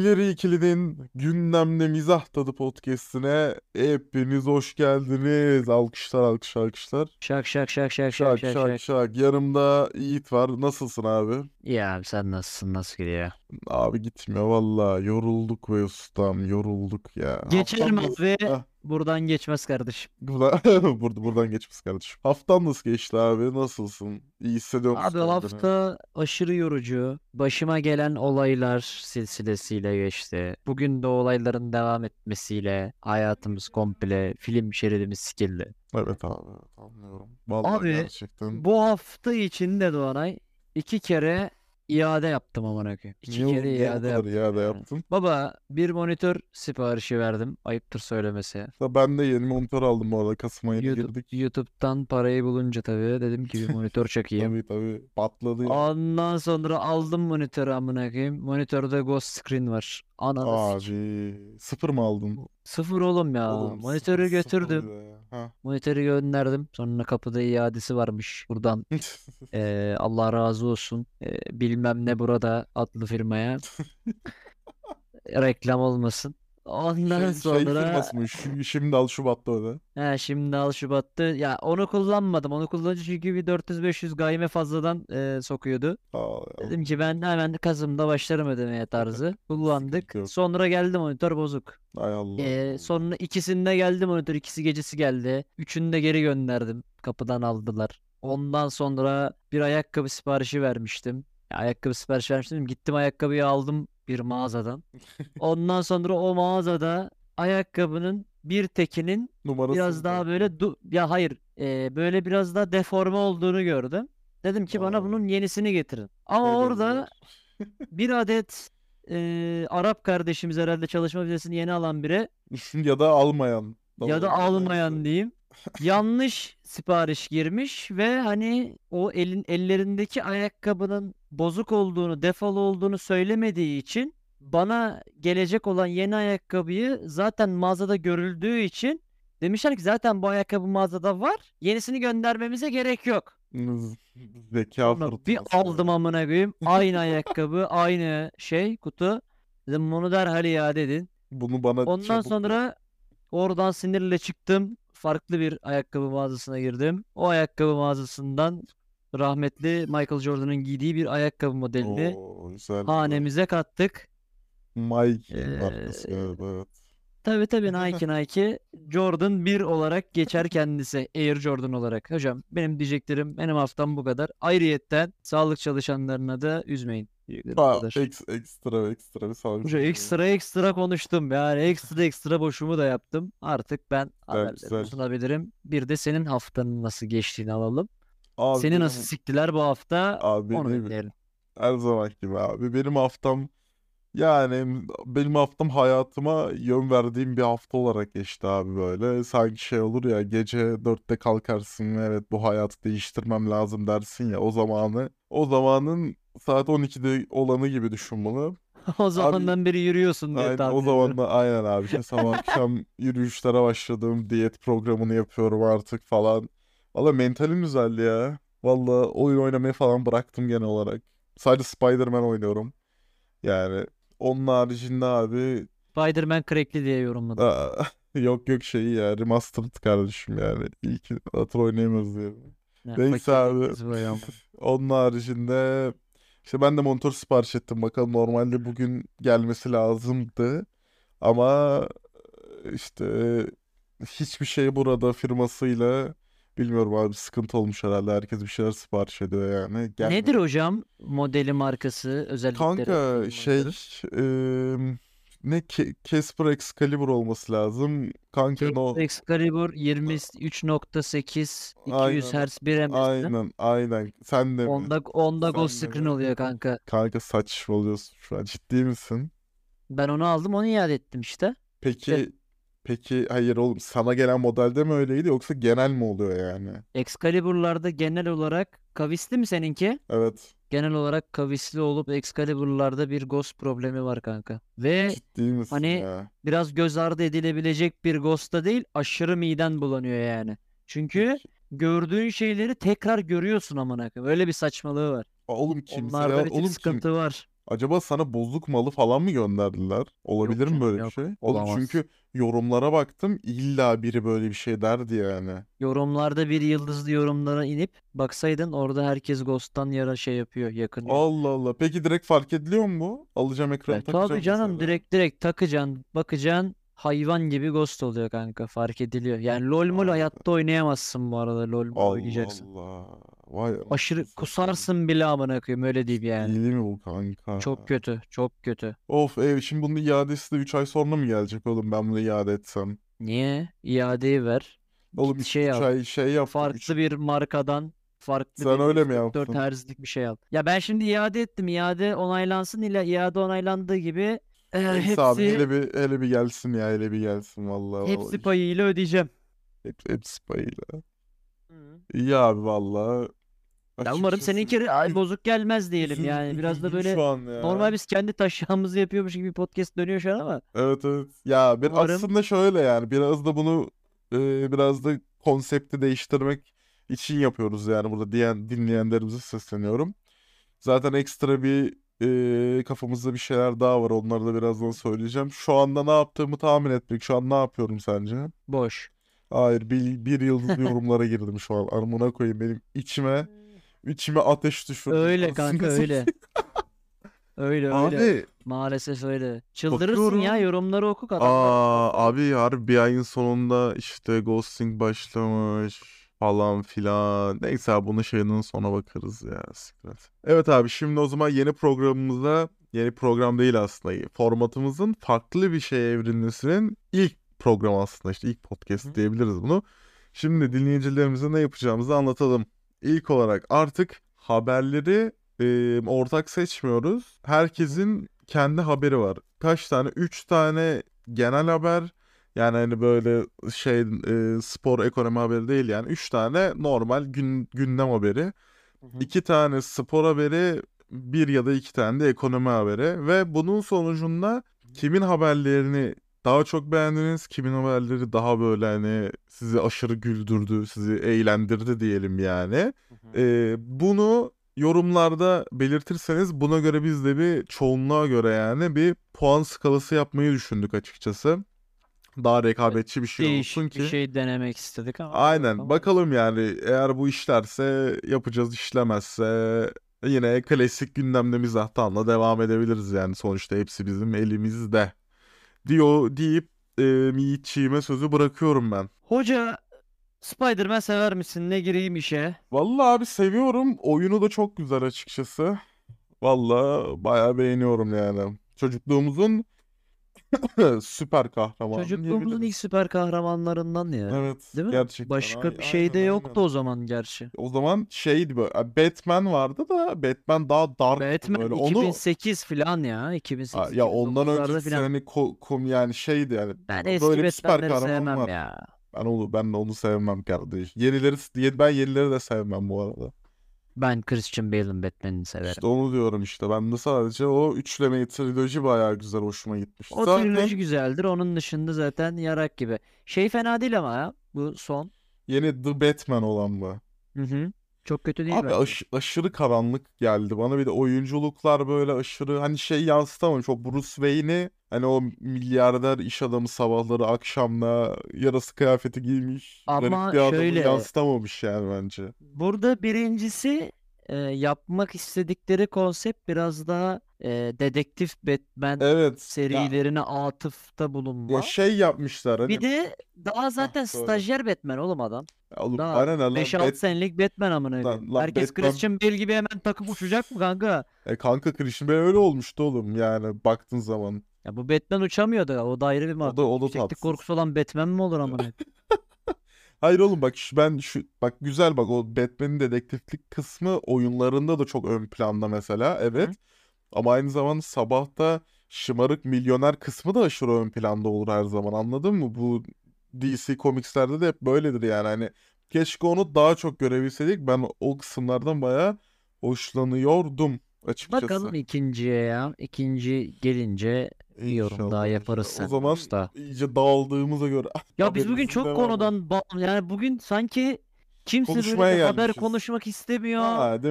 İleri İkili'nin gündemde mizah tadı podcast'ine hepiniz hoş geldiniz. Alkışlar, alkışlar, alkışlar. Şak şak şak şak şak Şak şak şak şak. şak. Yanımda Yiğit var. Nasılsın abi? İyi abi, sen nasılsın, nasıl gidiyor? Abi gitmiyor valla. Yorulduk be ustam. Yorulduk ya. Geçerim Haftan nasıl? abi. Heh, Buradan geçmez kardeşim. buradan geçmiş kardeşim. Haftan nasıl geçti abi? Nasılsın? İyi hissediyor musun Abi kendini? hafta aşırı yorucu. Başıma gelen olaylar silsilesiyle geçti. Bugün de olayların devam etmesiyle hayatımız komple film şeridimiz sikildi. Evet abi. Anlıyorum. Valla Abi gerçekten. bu hafta içinde Doğanay 2 kere iade yaptım amına koyayım. İki kere Niye bu iade kadar yaptım iade yani. yaptın? Baba, bir monitör siparişi verdim. Ayıptır söylemesi. Da ben de yeni monitör aldım bu arada. Kasım ayına girdik. YouTube'dan parayı bulunca tabii dedim ki bir monitör çekeyim. Tabii tabii patladı ya. Ondan sonra aldım monitörü amına koyayım. Monitörde ghost screen var. Ananı sik. Abi sıfır mı aldın? Sıfır oğlum ya. Oğlum sıfır Monitörü sıfır bir götürdüm. de ya. Ha. Monitörü gönderdim. Sonra kapıda iadesi varmış. Buradan Allah razı olsun. Bilmem ne burada adlı firmaya. Reklam olmasın. Ondan Şey sonra firması mı? Şimdi al Şubat'ta öde. Şimdi al Şubat'ta. Ya onu kullanmadım. Onu kullanınca çünkü bir 400-500 gayme fazladan sokuyordu. Aa, Dedim ki ben hemen Kasım'da başlarım ödemeye tarzı. Kullandık. sıkıntı yok. Sonra geldi monitör bozuk. Ay Allah Allah. Sonra ikisinde geldi monitör. İkisi gecesi geldi. Üçünü de geri gönderdim. Kapıdan aldılar. Ondan sonra bir ayakkabı siparişi vermiştim. Ya, ayakkabı siparişi vermiştim. Gittim ayakkabıyı aldım bir mağazadan. Ondan sonra o mağazada ayakkabının bir tekinin Numarası biraz mı daha farklı? böyle ya hayır, böyle biraz daha deforme olduğunu gördüm. Dedim ki bana Aa, bunun yenisini getirin. Ama ne orada dediler? bir adet Arap kardeşimiz, herhalde çalışma vizesini yeni alan biri Ya da almayan da ya da olabilir. Neyse. almayan diyeyim, yanlış sipariş girmiş ve hani o ellerindeki ayakkabının bozuk olduğunu, defolu olduğunu söylemediği için bana gelecek olan yeni ayakkabıyı zaten mağazada görüldüğü için demişler ki zaten bu ayakkabı mağazada var. Yenisini göndermemize gerek yok. Z- Zeka Sonra bir fırtınası aldım ya. amına koyayım. Aynı ayakkabı, aynı şey, kutu. Dedim bunu derhal iade edin. Bunu bana Ondan çabuk ver. sonra oradan sinirle çıktım. Farklı bir ayakkabı mağazasına girdim. O ayakkabı mağazasından rahmetli Michael Jordan'ın giydiği bir ayakkabı modelini Oo, güzel güzel. hanemize kattık. Nike markası Ee, galiba evet. tabii Nike Jordan bir olarak geçer kendisi, Air Jordan olarak. Hocam benim diyeceklerim, benim haftam bu kadar. Ayrıyetten sağlık çalışanlarına da üzmeyin. Diyeceklerim bu Ha, kadar. ekstra bir sağlık Hocam çalışanı. ekstra konuştum, yani ekstra boşumu da yaptım. Artık ben Güzel haberlerimi güzel. sunabilirim. Bir de senin haftanın nasıl geçtiğini alalım. Abi Seni nasıl benim siktiler bu hafta, abi onu ne bileyim, dinleyelim. her zaman gibi abi. Benim haftam yani benim haftam hayatıma yön verdiğim bir hafta olarak geçti abi böyle. Sanki şey olur ya, gece 4'te kalkarsın, evet bu hayatı değiştirmem lazım dersin ya, o zamanın saat 12'de olanı gibi düşün bunu. O Abi zamandan beri yürüyorsun diye aynen o tahmin zaman ediyorum. da aynen abi işte sabah akşam yürüyüşlere başladım. Diyet programını yapıyorum artık falan. Valla mentalim düzeldi ya. Valla oyun oynamayı falan bıraktım genel olarak. Sadece Spider-Man oynuyorum. Yani onun haricinde abi Spider-Man crackli diye yorumladım. aa, yok şeyi ya, remastered kardeşim yani. İyi ki hatır oynayamıyoruz diye. Ne Neyse abi. fakirliğimiz bu ya. Onun haricinde işte ben de monitör sipariş ettim. Bakalım, normalde bugün gelmesi lazımdı. Ama işte hiçbir şey burada firmasıyla bilmiyorum abi, sıkıntı olmuş herhalde. Herkes bir şeyler sipariş ediyor yani. Nedir Gelmedi. hocam modeli, markası, özellikleri Kanka senin şey monitörün? ne Casper Excalibur olması lazım. Kanka Cape no, Excalibur 23.8 200 aynen Hz 1 ms. aynen sen de mi? Onda ghost Sen de screen mi? oluyor kanka. Kanka saçmalıyorsun şu an, ciddi misin? Ben onu aldım, onu iade ettim işte. Bitti. Peki hayır oğlum, sana gelen modelde mi öyleydi yoksa genel mi oluyor yani? Excalibur'larda genel olarak kavisli mi seninki? Evet, Genel olarak kavisli olup Excalibur'larda bir ghost problemi var kanka. Ve ciddi misin hani ya? biraz göz ardı edilebilecek bir ghost da değil, aşırı miden bulanıyor yani. Çünkü Peki. gördüğün şeyleri tekrar görüyorsun amına koyayım. Öyle bir saçmalığı var. Oğlum kimse ya, Onlarda bir tık oğlum sıkıntı var. Acaba sana bozuk malı falan mı gönderdiler? Yok Olabilir mi canım, böyle bir yok. şey? Oğlum Olamaz. çünkü yorumlara baktım, illa biri böyle bir şey derdi yani. Yorumlarda bir yıldızlı yorumlara inip baksaydın, orada herkes Ghost'tan yara şey yapıyor, yakınıyor. Allah Allah. Peki direkt fark ediliyor mu bu? Alacağım ekranı Tabii takacağım canım, mesela. direkt takacaksın, bakacaksın, hayvan gibi Ghost oluyor kanka, fark ediliyor. Yani LoL mol Abi, hayatta oynayamazsın bu arada, LoL mol Allah oynayacaksan. Allah. Vay anasını Aşırı satayım. kusarsın bile amına koyayım, öyle diyeyim yani. İyili mi bu kanka? Çok kötü, çok kötü. Of şimdi bunun iadesi de 3 ay sonra mı gelecek oğlum, ben bunu iade etsem? Niye? İadeyi ver. Oğlum Git şey 3 al. ay şey yaptık. Farklı bir markadan farklı Sen bir öyle mi 144 yaptın? Hz'lik bir şey al. Ya ben şimdi iade ettim. İade onaylansın, ile iade onaylandığı gibi Neyse abi, hepsi hele bir gelsin ya, hele bir gelsin vallahi hepsi vallahi. payıyla ödeyeceğim. Hepsi payıyla. Hı. İyi abi vallahi. Ya umarım Açıkçası seninki ay bozuk gelmez diyelim yani. Biraz da üzüldüm böyle şu an normal, ya. biz kendi taşağımızı yapıyormuş gibi podcast dönüyor şu an ama Evet, evet. Ya bir umarım aslında şöyle yani, biraz da bunu biraz da konsepti değiştirmek için yapıyoruz yani, burada diyen dinleyenlerimize sesleniyorum. Zaten ekstra bir kafamızda bir şeyler daha var. Onları da birazdan söyleyeceğim. Şu anda ne yaptığımı tahmin etmek. Şu an ne yapıyorum sence? boş. Hayır, bir yıldızlı yorumlara girdim şu an. Armına koyayım, benim içime ateş düşürdün. Öyle kanka, Anasını öyle. satayım. Öyle öyle. Abi Maalesef öyle. Çıldırırsın ya, bakıyorum. yorumları oku, adamlar kafayı. Abi harbi bir ayın sonunda işte ghosting başlamış falan filan. Neyse abi, bunun şeyinin sona bakarız ya. Siktir et. Evet abi, şimdi o zaman yeni programımıza, yeni program değil aslında, formatımızın farklı bir şeye evrilmesinin ilk programı aslında, işte ilk Hı podcast hı. diyebiliriz bunu. Şimdi dinleyicilerimize ne yapacağımızı anlatalım. İlk olarak artık haberleri ortak seçmiyoruz. Hı hı. Herkesin kendi haberi var. Kaç tane? 3 tane genel haber. Yani hani böyle şey, spor ekonomi haberi değil yani. 3 tane normal gündem haberi. Hı hı. 2 tane spor haberi, bir ya da 2 tane de ekonomi haberi. Ve bunun sonucunda kimin haberlerini daha çok beğendiniz, kimin haberleri daha böyle hani sizi aşırı güldürdü, sizi eğlendirdi diyelim yani. Hı hı. Bunu yorumlarda belirtirseniz, buna göre biz de bir çoğunluğa göre yani bir puan skalası yapmayı düşündük açıkçası. Daha Evet, rekabetçi bir şey olsun değişik bir ki. şey denemek istedik ama hadi Aynen, bakalım. bakalım yani, eğer bu işlerse yapacağız, işlemezse yine klasik gündemde mizahtanla devam edebiliriz yani, sonuçta hepsi bizim elimizde deyip Yiğitçiğime sözü bırakıyorum ben. Hoca, Spider-Man sever misin? Ne gireyim işe? Vallahi abi seviyorum. Oyunu da çok güzel açıkçası. Vallahi bayağı beğeniyorum yani. Çocukluğumuzun süper kahramanı Çocukluğumuzun ilk diyebiliriz. süper kahramanlarından ya. Evet, Değil mi? gerçekten. Başka bir şey de Aynen yoktu aynen. o zaman gerçi. O zaman şeydi böyle, Batman vardı da Batman daha darktı Batman böyle. Onu 2008 falan ya. ya ondan 2008-2009'larda öncesi falan. hani yani şeydi yani, Ben eski böyle bir süper Batman'leri kahraman sevmem var. ya. Ben de onu sevmem kardeş. Ben yenileri de sevmem bu arada. Ben Christian Bale'ın Batman'ini İşte severim. onu diyorum işte. Ben de sadece o üçlemeyi, triloji bayağı güzel, hoşuma gitmişti. O triloji Zaten güzeldir. Onun dışında zaten yarak gibi. Şey fena değil ama ya. Bu son. yeni The Batman olan mı? Hı hı. Çok kötü değil Abi bence. aşırı karanlık geldi bana. Bir de oyunculuklar böyle aşırı hani şey yansıtamamış. O Bruce Wayne'i, hani o milyarder iş adamı, sabahları akşamla yarası kıyafeti giymiş garip Ama bir adamı şöyle, yansıtamamış yani bence. burada birincisi yapmak istedikleri konsept biraz daha dedektif Batman Evet ya, serilerine atıfta bulunma. şey yapmışlar Bir hani. de daha Hah, zaten söyle. stajyer Batman oğlum adam. Ya oğlum Daha bana ne lan, 5-6 senelik Batman amına koyayım. lan Herkes Batman. Christian Bale gibi hemen takıp uçacak mı kanka? Kanka Christian Bale öyle olmuştu oğlum yani, baktığın zaman. Ya bu Batman uçamıyordu. O da ayrı bir O da muhabbet. o da Yükseklik tatsız. korkusu olan Batman mi olur amına? Hayır oğlum, bak bak güzel, bak o Batman'in dedektiflik kısmı oyunlarında da çok ön planda mesela, evet. Hı? Ama aynı zamanda sabahta şımarık milyoner kısmı da aşırı ön planda olur her zaman, anladın mı? Bu DC Comics'lerde de hep böyledir yani, hani keşke onu daha çok görebilseydik, ben o kısımlardan bayağı hoşlanıyordum açıkçası. Bakalım ikinciye ya. İkinci gelince bir yorum daha İnşallah yaparız inşallah. O seninle zaman usta. iyice dağıldığımıza göre Ya biz bugün haberimizin çok devamı. konudan yani bugün sanki kimse böyle bir Konuşmaya haber gelmişiz. konuşmak istemiyor. Ha, değil mi?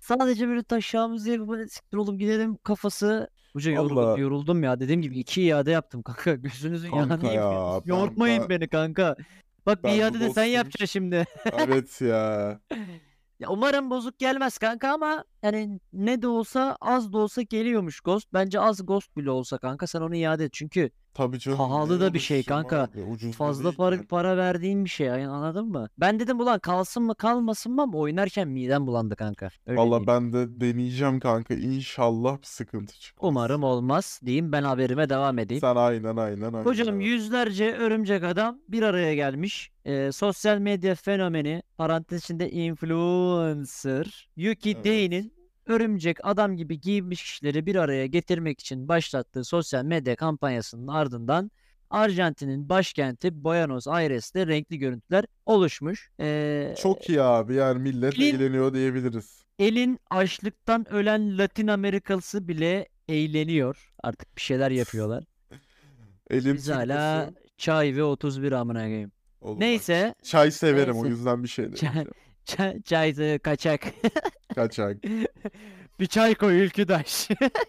Sadece böyle taşağımızı yapıp böyle siktir oğlum gidelim kafası. Hoca Valla yoruldum ya. Dediğim gibi 2 iade yaptım kanka. Gözünüzün kanka yağını ya, yiyeyim. ben Yortmayın beni kanka. Bak bir ben bu iade de sen ghosting, yapacaksın şimdi. evet ya. Ya umarım bozuk gelmez kanka ama yani ne de olsa az da olsa geliyormuş Ghost. Bence az Ghost bile olsa kanka sen onu iade et. Çünkü Tabii canım, ne pahalı da bir şey uğraşacağım kanka. abi, ucuz da Fazla değil ki. para verdiğin bir şey yani anladın mı? Ben dedim ulan kalsın mı kalmasın mı ama oynarken midem bulandı kanka. Öyle Valla diyeyim. ben de deneyeceğim kanka, İnşallah bir sıkıntı çıkmaz. Umarım olmaz diyeyim ben haberime devam edeyim. Sen aynen Hocam evet. yüzlerce örümcek adam bir araya gelmiş. Sosyal medya fenomeni parantez içinde influencer Yuki Evet. Day'nin örümcek adam gibi giyinmiş kişileri bir araya getirmek için başlattığı sosyal medya kampanyasının ardından Arjantin'in başkenti Buenos Aires'te renkli görüntüler oluşmuş. Çok iyi abi, yani millet Elin eğleniyor diyebiliriz. elin açlıktan ölen Latin Amerikalısı bile eğleniyor. Artık bir şeyler yapıyorlar. Elin Biz hala turposu. çay ve 31 amına koyayım. Oğlum bak, Neyse. çay severim, o Neyse. yüzden bir şey Çay, demeyeceğim. çay kaçak. Kaçak. Bir çay koy ülküdaş.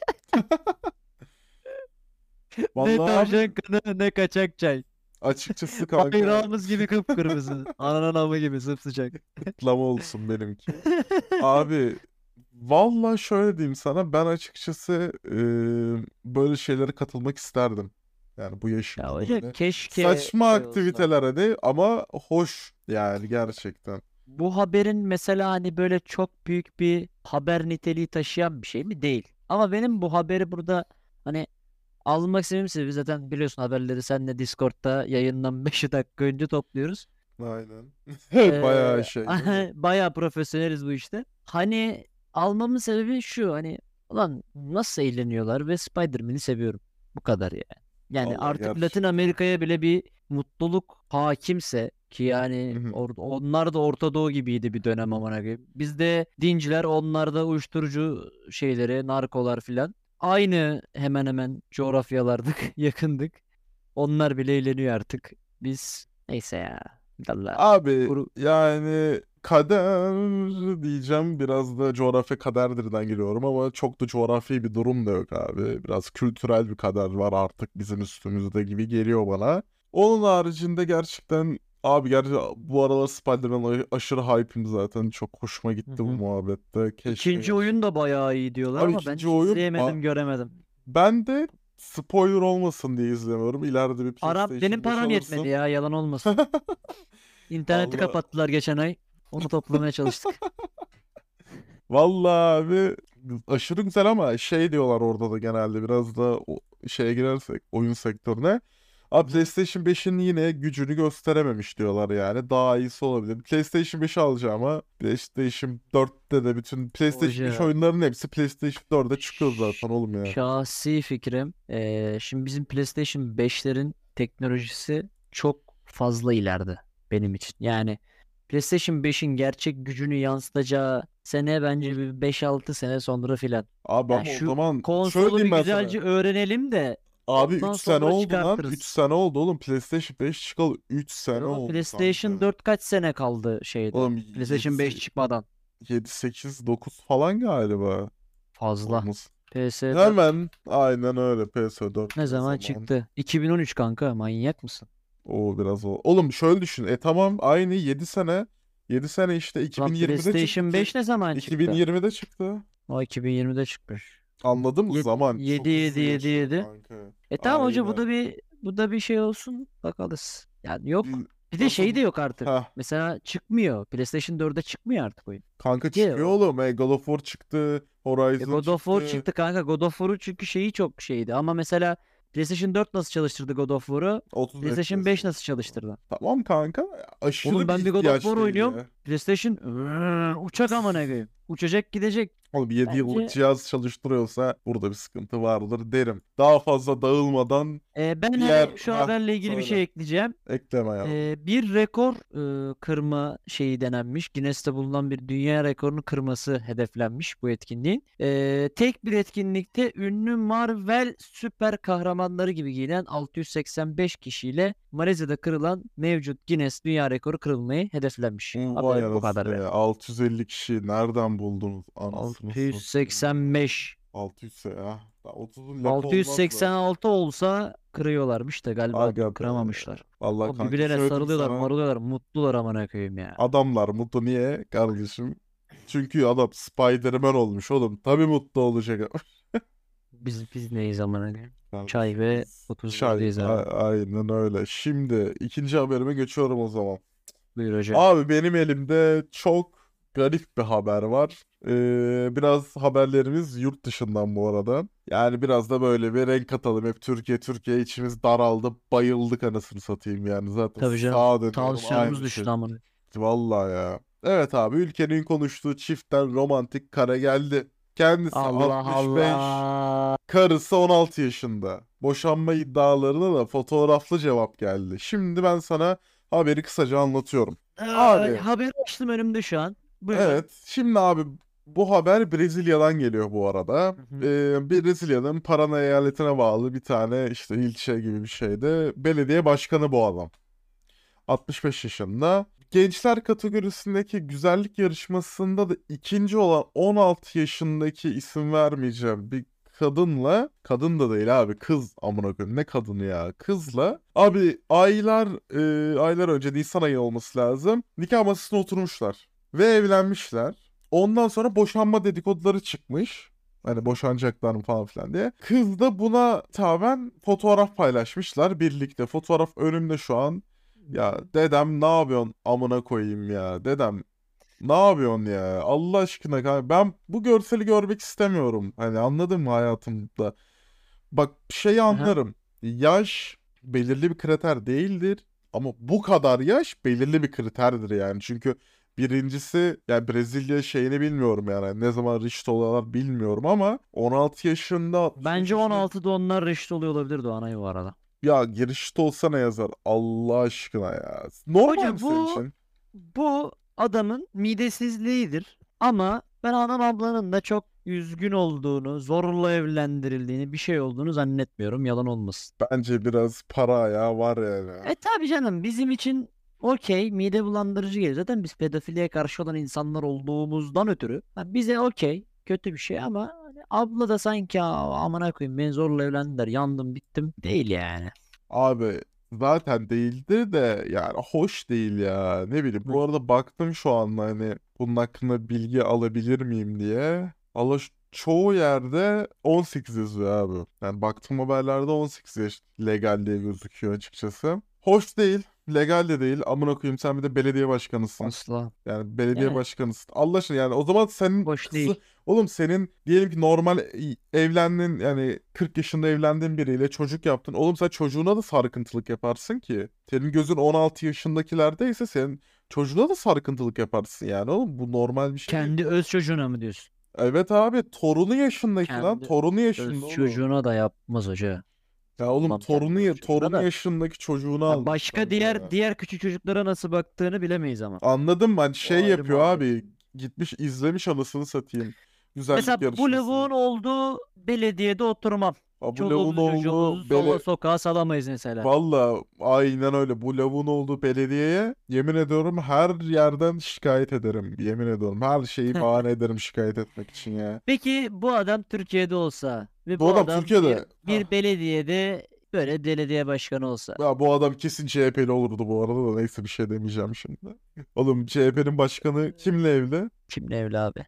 Ne Vallahi tavşan abi, kanı ne kaçak çay. açıkçası kanka, Bayrağımız gibi kıpkırmızı. Ananın amı gibi sıcak. kutlama olsun benimki. Abi vallahi şöyle diyeyim sana, ben açıkçası böyle şeylere katılmak isterdim. Yani bu Ya yaşımda hocam böyle. keşke Saçma şey olsa. aktiviteler hadi, ama hoş yani gerçekten. Bu haberin mesela hani böyle çok büyük bir haber niteliği taşıyan bir şey mi? Değil. Ama benim bu haberi burada hani almak istediğim sebebi zaten biliyorsun haberleri senle Discord'da yayından 5 dakika önce topluyoruz. Aynen. Bayağı Ee, şey değil mi? bayağı profesyoneliz bu işte. Hani almamın sebebi şu hani ulan nasıl eğleniyorlar ve Spider-Man'i seviyorum. Bu kadar yani. Yani Allah artık Latin gerçekten. Amerika'ya bile bir mutluluk hakimse ki Hı yani hı. onlar da Orta Doğu gibiydi bir dönem amına koyayım. Bizde dinciler onlarda uyuşturucu şeyleri, narkolar filan. Aynı hemen hemen coğrafyalardık, yakındık. Onlar bile eğleniyor artık. Biz neyse ya. Valla. Abi yani kader diyeceğim, biraz da coğrafya kaderdirden geliyorum, ama çok da coğrafi bir durum da yok abi. Biraz kültürel bir kader var artık bizim üstümüzde gibi geliyor bana. Onun haricinde gerçekten abi, gerçi bu aralar Spider-Man aşırı hype'im zaten. Çok hoşuma Hı gitti bu hı. muhabbette. Keşke İkinci oyun da bayağı iyi diyorlar Abi ama ben ikinci hiç oyun izleyemedim, göremedim. ben de spoiler olmasın diye izlemiyorum. İleride bir Benim PlayStation 5 param yetmedi alırsam. ya, yalan olmasın. İnterneti Allah. kapattılar geçen ay. Onu toplamaya çalıştık. Vallahi abi, aşırı güzel, ama şey diyorlar orada da genelde, biraz da o şeye girersek oyun sektörüne. Hı Abi hı. PlayStation 5'in yine gücünü gösterememiş diyorlar yani. Daha iyisi olabilir. PlayStation 5'i alacağım, ama PlayStation 4'te de bütün PlayStation 5 Hoca oyunların hepsi PlayStation 4'e çıkıyor ş- zaten oğlum ya. şahsi fikrim şimdi bizim PlayStation 5'lerin teknolojisi çok fazla ileride benim için. Yani PlayStation 5'in gerçek gücünü yansıtacağı sene bence bir 5-6 sene sonra filan. Abi Yani ama o şu zaman şöyle konsolu bir diyeyim ben sana. güzelce öğrenelim de Abi 3 ondan sene sonra oldu lan. 3 çıkartırız. sene oldu oğlum. PlayStation 5 çıkalı 3 sene Yo, oldu PlayStation kanka. 4 kaç sene kaldı şeyde? Oğlum PlayStation 5 çıkmadan. 7 8 9 falan galiba Fazla. olması. PS4 Hemen aynen öyle, PS4 ne ne zaman zaman? çıktı? 2013 kanka, manyak mısın? O biraz o. Oğlum şöyle düşün. Tamam, aynı 7 sene. 7 sene işte, Lan 2020'de çıktı PlayStation ki. 5 ne zaman çıktı? 2020'de çıktı. O 2020'de çıkmış. Anladın mı? 7 Zaman 7 çok 7 hızlı 7 geçiyor 7. kanka. Tamam hoca bu Aynen. da bir şey olsun bakalız. Yani yok. Biz- Bir de şey de Nasıl? yok artık. Ha. Mesela çıkmıyor. PlayStation 4'e çıkmıyor artık oyun. Kanka Ki çıkıyor oğlum. God of War çıktı. Horizon God of War çıktı. çıktı kanka. God of War'u çünkü şeyi çok şeydi. Ama mesela PlayStation 4 nasıl çalıştırdı God of War'u? 30 PlayStation FPS 5 nasıl çalıştırıyor. çalıştırdı? Tamam kanka. Oğlum Aşırı bir ben bir God of ihtiyaç War değil oynuyorum. ya. PlayStation uçak amına koyayım. Uçacak gidecek. Oğlum 7 yıllık Bence cihaz çalıştırıyorsa burada bir sıkıntı vardır derim. Daha fazla dağılmadan ben bir yer... hani şu Ha, haberle ilgili bir söyle. şey ekleyeceğim. Ekleme yavrum. Bir rekor kırma şeyi denenmiş. Guinness'te bulunan bir dünya rekorunu kırması hedeflenmiş bu etkinliğin. Tek bir etkinlikte ünlü Marvel süper kahramanları gibi giyinen 685 kişiyle Malezya'da kırılan mevcut Guinness dünya rekoru kırılmayı hedeflenmiş. Haberiniz Vay bu kadar anasını benim. ya. 650 kişi nereden buldunuz anasını satayım. 685. 600 ya. Daha 30'un lafı olmaz da. 686 olsa kırıyorlarmış da galiba Aga be. kıramamışlar. Vallahi O kanka birbirlerine şöyle diyeyim sarılıyorlar, sana. marılıyorlar, mutlular amına koyayım ya. Adamlar mutlu niye kardeşim? Çünkü adam Spider-Man olmuş oğlum. Tabii mutlu olacak. Biz neyiz amına koyayım? Çay Kardeşim ve biz 31'deyiz abi. aynen öyle. Şimdi ikinci haberime geçiyorum o zaman. Buyur hocam. Abi benim elimde çok garip bir haber var. Biraz haberlerimiz yurt dışından bu arada. Yani biraz da böyle bir renk katalım. Hep Türkiye içimiz daraldı. Bayıldık anasını satayım yani. Zaten Tabii canım. sağa dönüyorum Tansiyonumuz aynı şey. düştü amına. Vallahi ya. Evet abi ülkenin konuştuğu çiftten romantik kare geldi. Kendisi Allah 65, Allah. karısı 16 yaşında. Boşanma iddialarına da fotoğraflı cevap geldi. Şimdi ben sana haberi kısaca anlatıyorum. Ay, Abi haberi açtım önümde şu an. Buyurun. evet şimdi abi bu haber Brezilya'dan geliyor bu arada. Hı hı. Brezilya'nın Paraná eyaletine bağlı bir tane işte ilçe gibi bir şeyde belediye başkanı bu adam. 65 yaşında. Gençler kategorisindeki güzellik yarışmasında da ikinci olan 16 yaşındaki isim vermeyeceğim bir kadın da değil abi kız amına koyayım ne kadını ya kızla abi aylar önce Nisan ayı olması lazım nikah masasına oturmuşlar ve evlenmişler. Ondan sonra boşanma dedikoduları çıkmış. Hani boşanacaklar mı falan filan diye. Kız da buna taben fotoğraf paylaşmışlar birlikte. Fotoğraf önümde şu an. Ya dedem ne yapıyorsun amına koyayım ya. Dedem ne yapıyorsun ya? Allah aşkına kanka. Ben bu görseli görmek istemiyorum. Hani anladın mı hayatımda? Bak şeyi Aha. anlarım. Yaş belirli bir kriter değildir. Ama bu kadar yaş belirli bir kriterdir yani. Çünkü birincisi yani Brezilya şeyini bilmiyorum yani. Ne zaman reşit oluyorlar bilmiyorum ama 16 yaşında 65 Bence yaşında 16'da onlar reşit oluyor olabilir Doğan Ay bu arada. ya girişte olsa ne yazar Allah aşkına ya. Normal mi Hoca senin bu için? bu adamın midesizliğidir. Ama ben anam ablanın da çok üzgün olduğunu, zorla evlendirildiğini, bir şey olduğunu zannetmiyorum. Yalan olmasın. Bence biraz para ya var yani. Tabii canım bizim için okey mide bulandırıcı geliyor. Zaten biz pedofiliye karşı olan insanlar olduğumuzdan ötürü. Bize okey kötü bir şey ama hani abla da sanki amına koyayım beni zorla evlendiler yandım bittim değil yani. Abi zaten değildir de yani hoş değil ya. Ne bileyim Hı. bu arada baktım şu an hani bunun hakkında bilgi alabilir miyim diye. Allah çoğu yerde 18 yazıyor abi. Yani baktığım haberlerde 18 yaş legal diye gözüküyor açıkçası. Hoş değil. Legal de değil. Amına koyayım sen bir de belediye başkanısın. Asla. Yani belediye Yani başkanısın. Allah aşkına yani o zaman senin hoş kızı değil. oğlum senin diyelim ki normal evlendin yani 40 yaşında evlendiğin biriyle çocuk yaptın. Oğlum sen çocuğuna da sarkıntılık yaparsın ki. Senin gözün 16 yaşındakilerdeyse senin çocuğuna da sarkıntılık yaparsın yani oğlum bu normal bir şey değil. Kendi öz çocuğuna mı diyorsun? Evet abi torunu yaşındaki lan Kendi torunu yaşında öz oğlum. çocuğuna da yapmaz hoca. Ya oğlum Tamam kendi öz çocuğuna torunu da. yaşındaki çocuğunu almış Başka kanka diğer ya. diğer küçük çocuklara nasıl baktığını bilemeyiz ama. Anladın mı? Hani O şey ayrı yapıyor muhabbet. abi. Gitmiş izlemiş anasını satayım. Mesela Güzellik bu yarışmasını. lavuğun olduğu belediyede oturmam. Bu lavun Çoluğumuzu olduğu çocuğumuzu sokağa salamayız mesela. Valla aynen öyle. Bu lavun olduğu belediyeye yemin ediyorum her yerden şikayet ederim. Yemin ediyorum. Her şeyi bahane ederim şikayet etmek için ya. Peki bu adam Türkiye'de olsa ve Bu bu adam adam bir Türkiye'de. bir belediyede böyle belediye başkanı olsa. Ya bu adam kesin CHP'li olurdu bu arada da neyse bir şey demeyeceğim şimdi. Oğlum CHP'nin başkanı kimle evli? Kimle evli abi?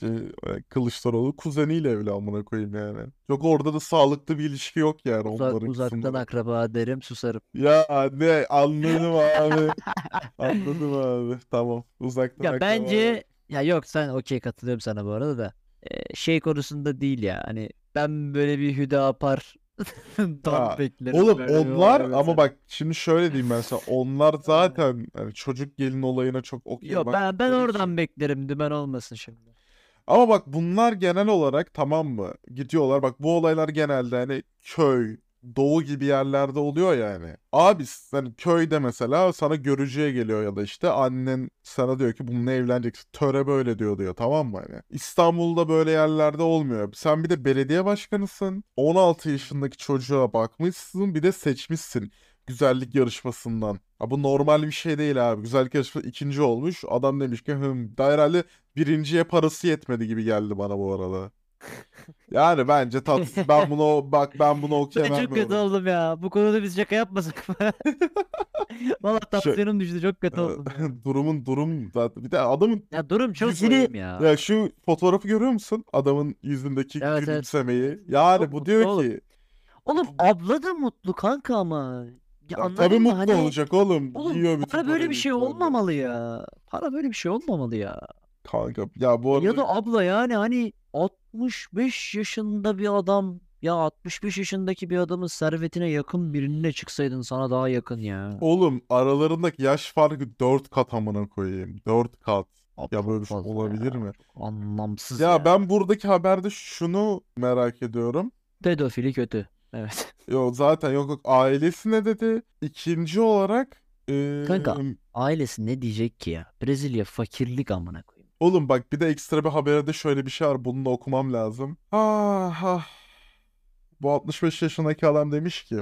Kılıçdaroğlu kuzeniyle evli amına koyayım yani. Yok orada da sağlıklı bir ilişki yok yani onların Uzaktan kısımları. akraba derim susarım. Ya ne anladım abi. Anladım abi. Tamam. Uzaktan Ya akraba. bence ya yok sen okey katılıyorum sana bu arada da şey konusunda değil ya hani ben böyle bir Hüdapar dan Ya beklerim oğlum böyle bir onlar olay ama mesela. bak şimdi şöyle diyeyim ben sana. Onlar zaten hani çocuk gelin olayına çok okey Yo ben baktıkları oradan için. beklerim dümen olmasın şimdi. Ama bak bunlar genel olarak tamam mı? Gidiyorlar bak bu olaylar genelde hani köy, doğu gibi yerlerde oluyor yani. Abi hani köyde mesela sana görücüye geliyor ya da işte annen sana diyor ki bununla evleneceksin. Töre böyle diyor tamam mı hani? İstanbul'da böyle yerlerde olmuyor. Sen bir de belediye başkanısın. 16 yaşındaki çocuğa bakmışsın bir de seçmişsin. güzellik yarışmasından. Ha, bu normal bir şey değil abi. Güzellik yarışması ikinci olmuş. Adam demiş ki daha herhalde birinciye parası yetmedi gibi geldi bana bu arada. Yani bence tatsız. Ben bunu Ben okuyamam çok kötü diyorum. oldum ya. Bu konuda biz şaka yapmasak mı? Valla Şey, tansiyonum düştü. Çok kötü e, oldum ya. durum zaten. Bir de adamın Ya durum çok yüzünü, vahim ya. ya şu fotoğrafı görüyor musun? Adamın yüzündeki Evet, evet. gülümsemeyi. Yani Çok bu mutlu diyor oğlum. ki Oğlum abla da mutlu kanka ama. Ya ya tabii anladın mı? mutlu Hani olacak oğlum. oğlum Yiyor bütün para böyle parayı bir büyük şey ihtimalle. olmamalı ya. Para böyle bir şey olmamalı ya. Kanka ya bu Ya arada da abla yani hani 65 yaşında bir adam, ya 65 yaşındaki bir adamın servetine yakın birine çıksaydın sana daha yakın ya. oğlum aralarındaki yaş farkı 4 kat amına koyayım. 4 kat. Abi Ya böyle çok bir şey fazla olabilir ya. mi? Çok anlamsız Ya ya. ben buradaki haberde şunu merak ediyorum. Pedofili kötü. Evet. Yok zaten yok ailesi ne dedi? İkinci olarak Kanka ailesi ne diyecek ki ya? Brezilya fakirlik amına koyayım. oğlum bak bir de ekstra bir haberde şöyle bir şey var. Bunu da okumam lazım. Ah, ah. Bu 65 yaşındaki adam demiş ki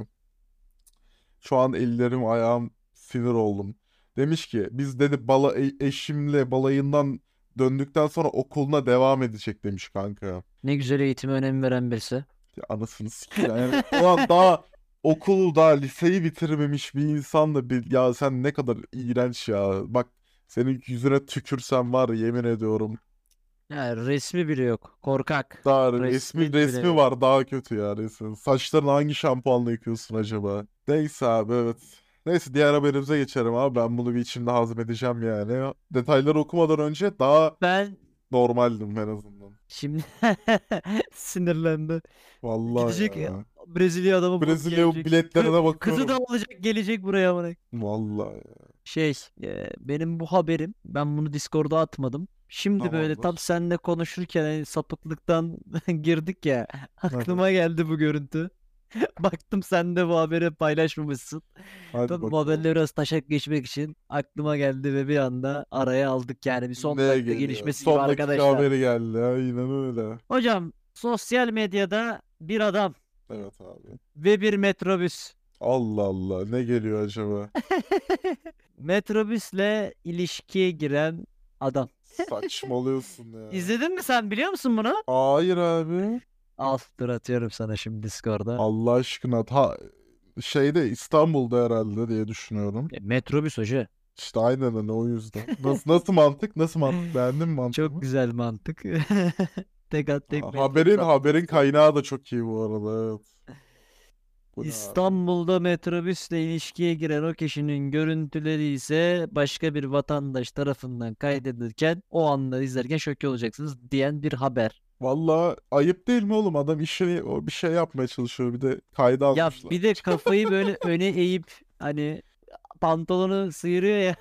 şu an ellerim ayağım sinir oldum. Demiş ki biz dedi eşimle balayından döndükten sonra okuluna devam edecek demiş kanka. Ne güzel eğitime önem veren birisi. Ya anasını sikeyim. Yani o an daha okulu daha liseyi bitirmemiş bir insan da ya sen ne kadar iğrenç ya. Bak senin yüzüne tükürsem var ya, yemin ediyorum. Ya resmi bile yok. Korkak. Daha resmi Resmi bile resmi yok. var daha kötü ya resmi. Saçlarını hangi şampuanla yıkıyorsun acaba? Neyse abi evet. Neyse diğer haberimize geçerim abi. Ben bunu bir içimde hazmedeceğim yani. Detayları okumadan önce daha Ben normaldim en azından. şimdi sinirlendi. Vallahi Gidecek ya. Brezilya adamı bulup Brezilya gelecek. biletlerine Kızı da bakıyorum. alacak gelecek buraya bana. Vallahi ya. Şey benim bu haberim, ben bunu Discord'a atmadım. Şimdi böyle tam Tamamdır. seninle konuşurken hani sapıklıktan girdik ya, Aha. aklıma geldi bu görüntü. Baktım sen de bu haberi paylaşmamışsın. Hadi Tabii bu bakalım. haberleri biraz taşak geçmek için aklıma geldi ve bir anda araya aldık yani, bir son Ne dakika geliyor? gelişmesi gibi Son dakika arkadaşlar. haberi geldi. Aynen öyle. Hocam sosyal medyada bir adam Evet abi. ve bir metrobüs. Allah Allah. Ne geliyor acaba? Metrobüsle ilişkiye giren adam. Saçmalıyorsun ya. İzledin mi, sen biliyor musun bunu? Hayır abi. Al dur, atıyorum sana şimdi Discord'a. Allah aşkına. Şeyde İstanbul'da herhalde diye düşünüyorum. Metrobüs hoca. İşte aynen öyle o yüzden. Nasıl mantık? Nasıl mantık? Beğendin mi Çok mantığımı? güzel mantık. Tek at tek Haberin metrobüs haberin atlatırsın. kaynağı da çok iyi bu arada. Evet. Bu ne abi? İstanbul'da metrobüsle ilişkiye giren o kişinin görüntüleri ise başka bir vatandaş tarafından kaydedilirken o anda izlerken şok olacaksınız diyen bir haber. Vallahi ayıp değil mi oğlum? Adam işini o bir şey yapmaya çalışıyor. Bir de kayda Ya almışlar. bir de kafayı böyle öne eğip hani pantolonu sıyırıyor ya.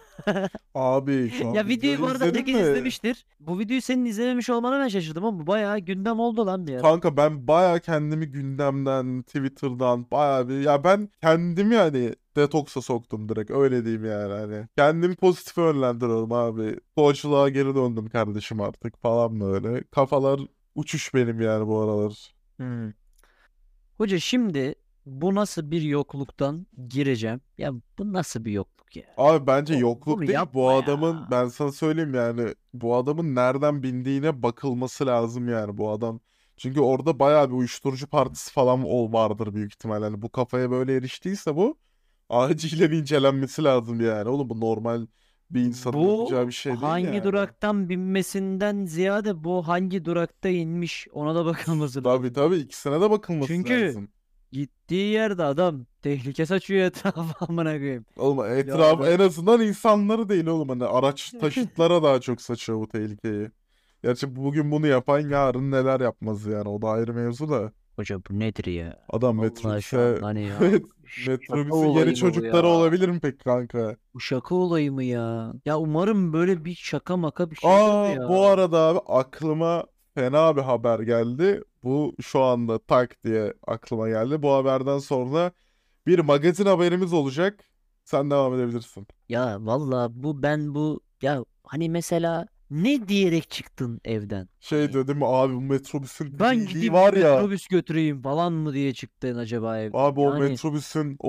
Abi şu an Ya videoyu videoyu bu arada izledin herkes mi? izlemiştir. Bu videoyu senin izlememiş olmana ben şaşırdım ama bu bayağı gündem oldu lan bir ara. Kanka ben baya kendimi gündemden, Twitter'dan baya bir ya ben kendimi yani detoksa soktum direkt öyle diyeyim yani hani. Kendimi pozitif yönlendiriyorum abi. Koçluğa geri döndüm kardeşim artık falan böyle. Kafalar uçuş benim yani bu aralar. Hmm. Hoca şimdi bu nasıl bir yokluktan gireceğim? Ya bu nasıl bir yokluk ya? Abi bence Oğlum bunu yokluk değil bu yapma adamın ya. ben sana söyleyeyim yani bu adamın nereden bindiğine bakılması lazım yani bu adam. Çünkü orada bayağı bir uyuşturucu partisi falan vardır büyük ihtimalle. Hani bu kafaya böyle eriştiyse bu acilen incelenmesi lazım yani. Oğlum bu normal bir insanın yapacağı Bu bir şey değil hangi yani. duraktan binmesinden ziyade bu hangi durakta inmiş ona da bakılması Tabii lazım. tabii ikisine de bakılması Çünkü lazım. gittiği yerde adam tehlike saçıyor etrafa, amına koyayım. Oğlum Ya etraf ben en azından insanları değil oğlum hani araç taşıtlara daha çok saçıyor bu tehlikeyi. Gerçi bugün bunu yapan yarın neler yapmaz yani o da ayrı mevzu da. hoca bu nedir ya? Adam Vallahi şu an metrobüse hani ya şaka metrobüsün yeni olayı mı bu çocukları ya? olabilir mi peki kanka? Bu şaka olayı mı ya? Ya umarım böyle bir şaka maka bir şeydir bu Aa bu ya. arada abi aklıma fena bir haber geldi. Bu şu anda tak diye aklıma geldi. Bu haberden sonra bir magazin haberimiz olacak. Sen devam edebilirsin. Ya vallahi bu ya hani mesela ne diyerek çıktın evden? Şey Hani dedim abi bu metrobüsün ben iyiliği gideyim bir var ya. metrobüs götüreyim falan mı diye çıktın acaba evden? Abi o Yani metrobüsün of.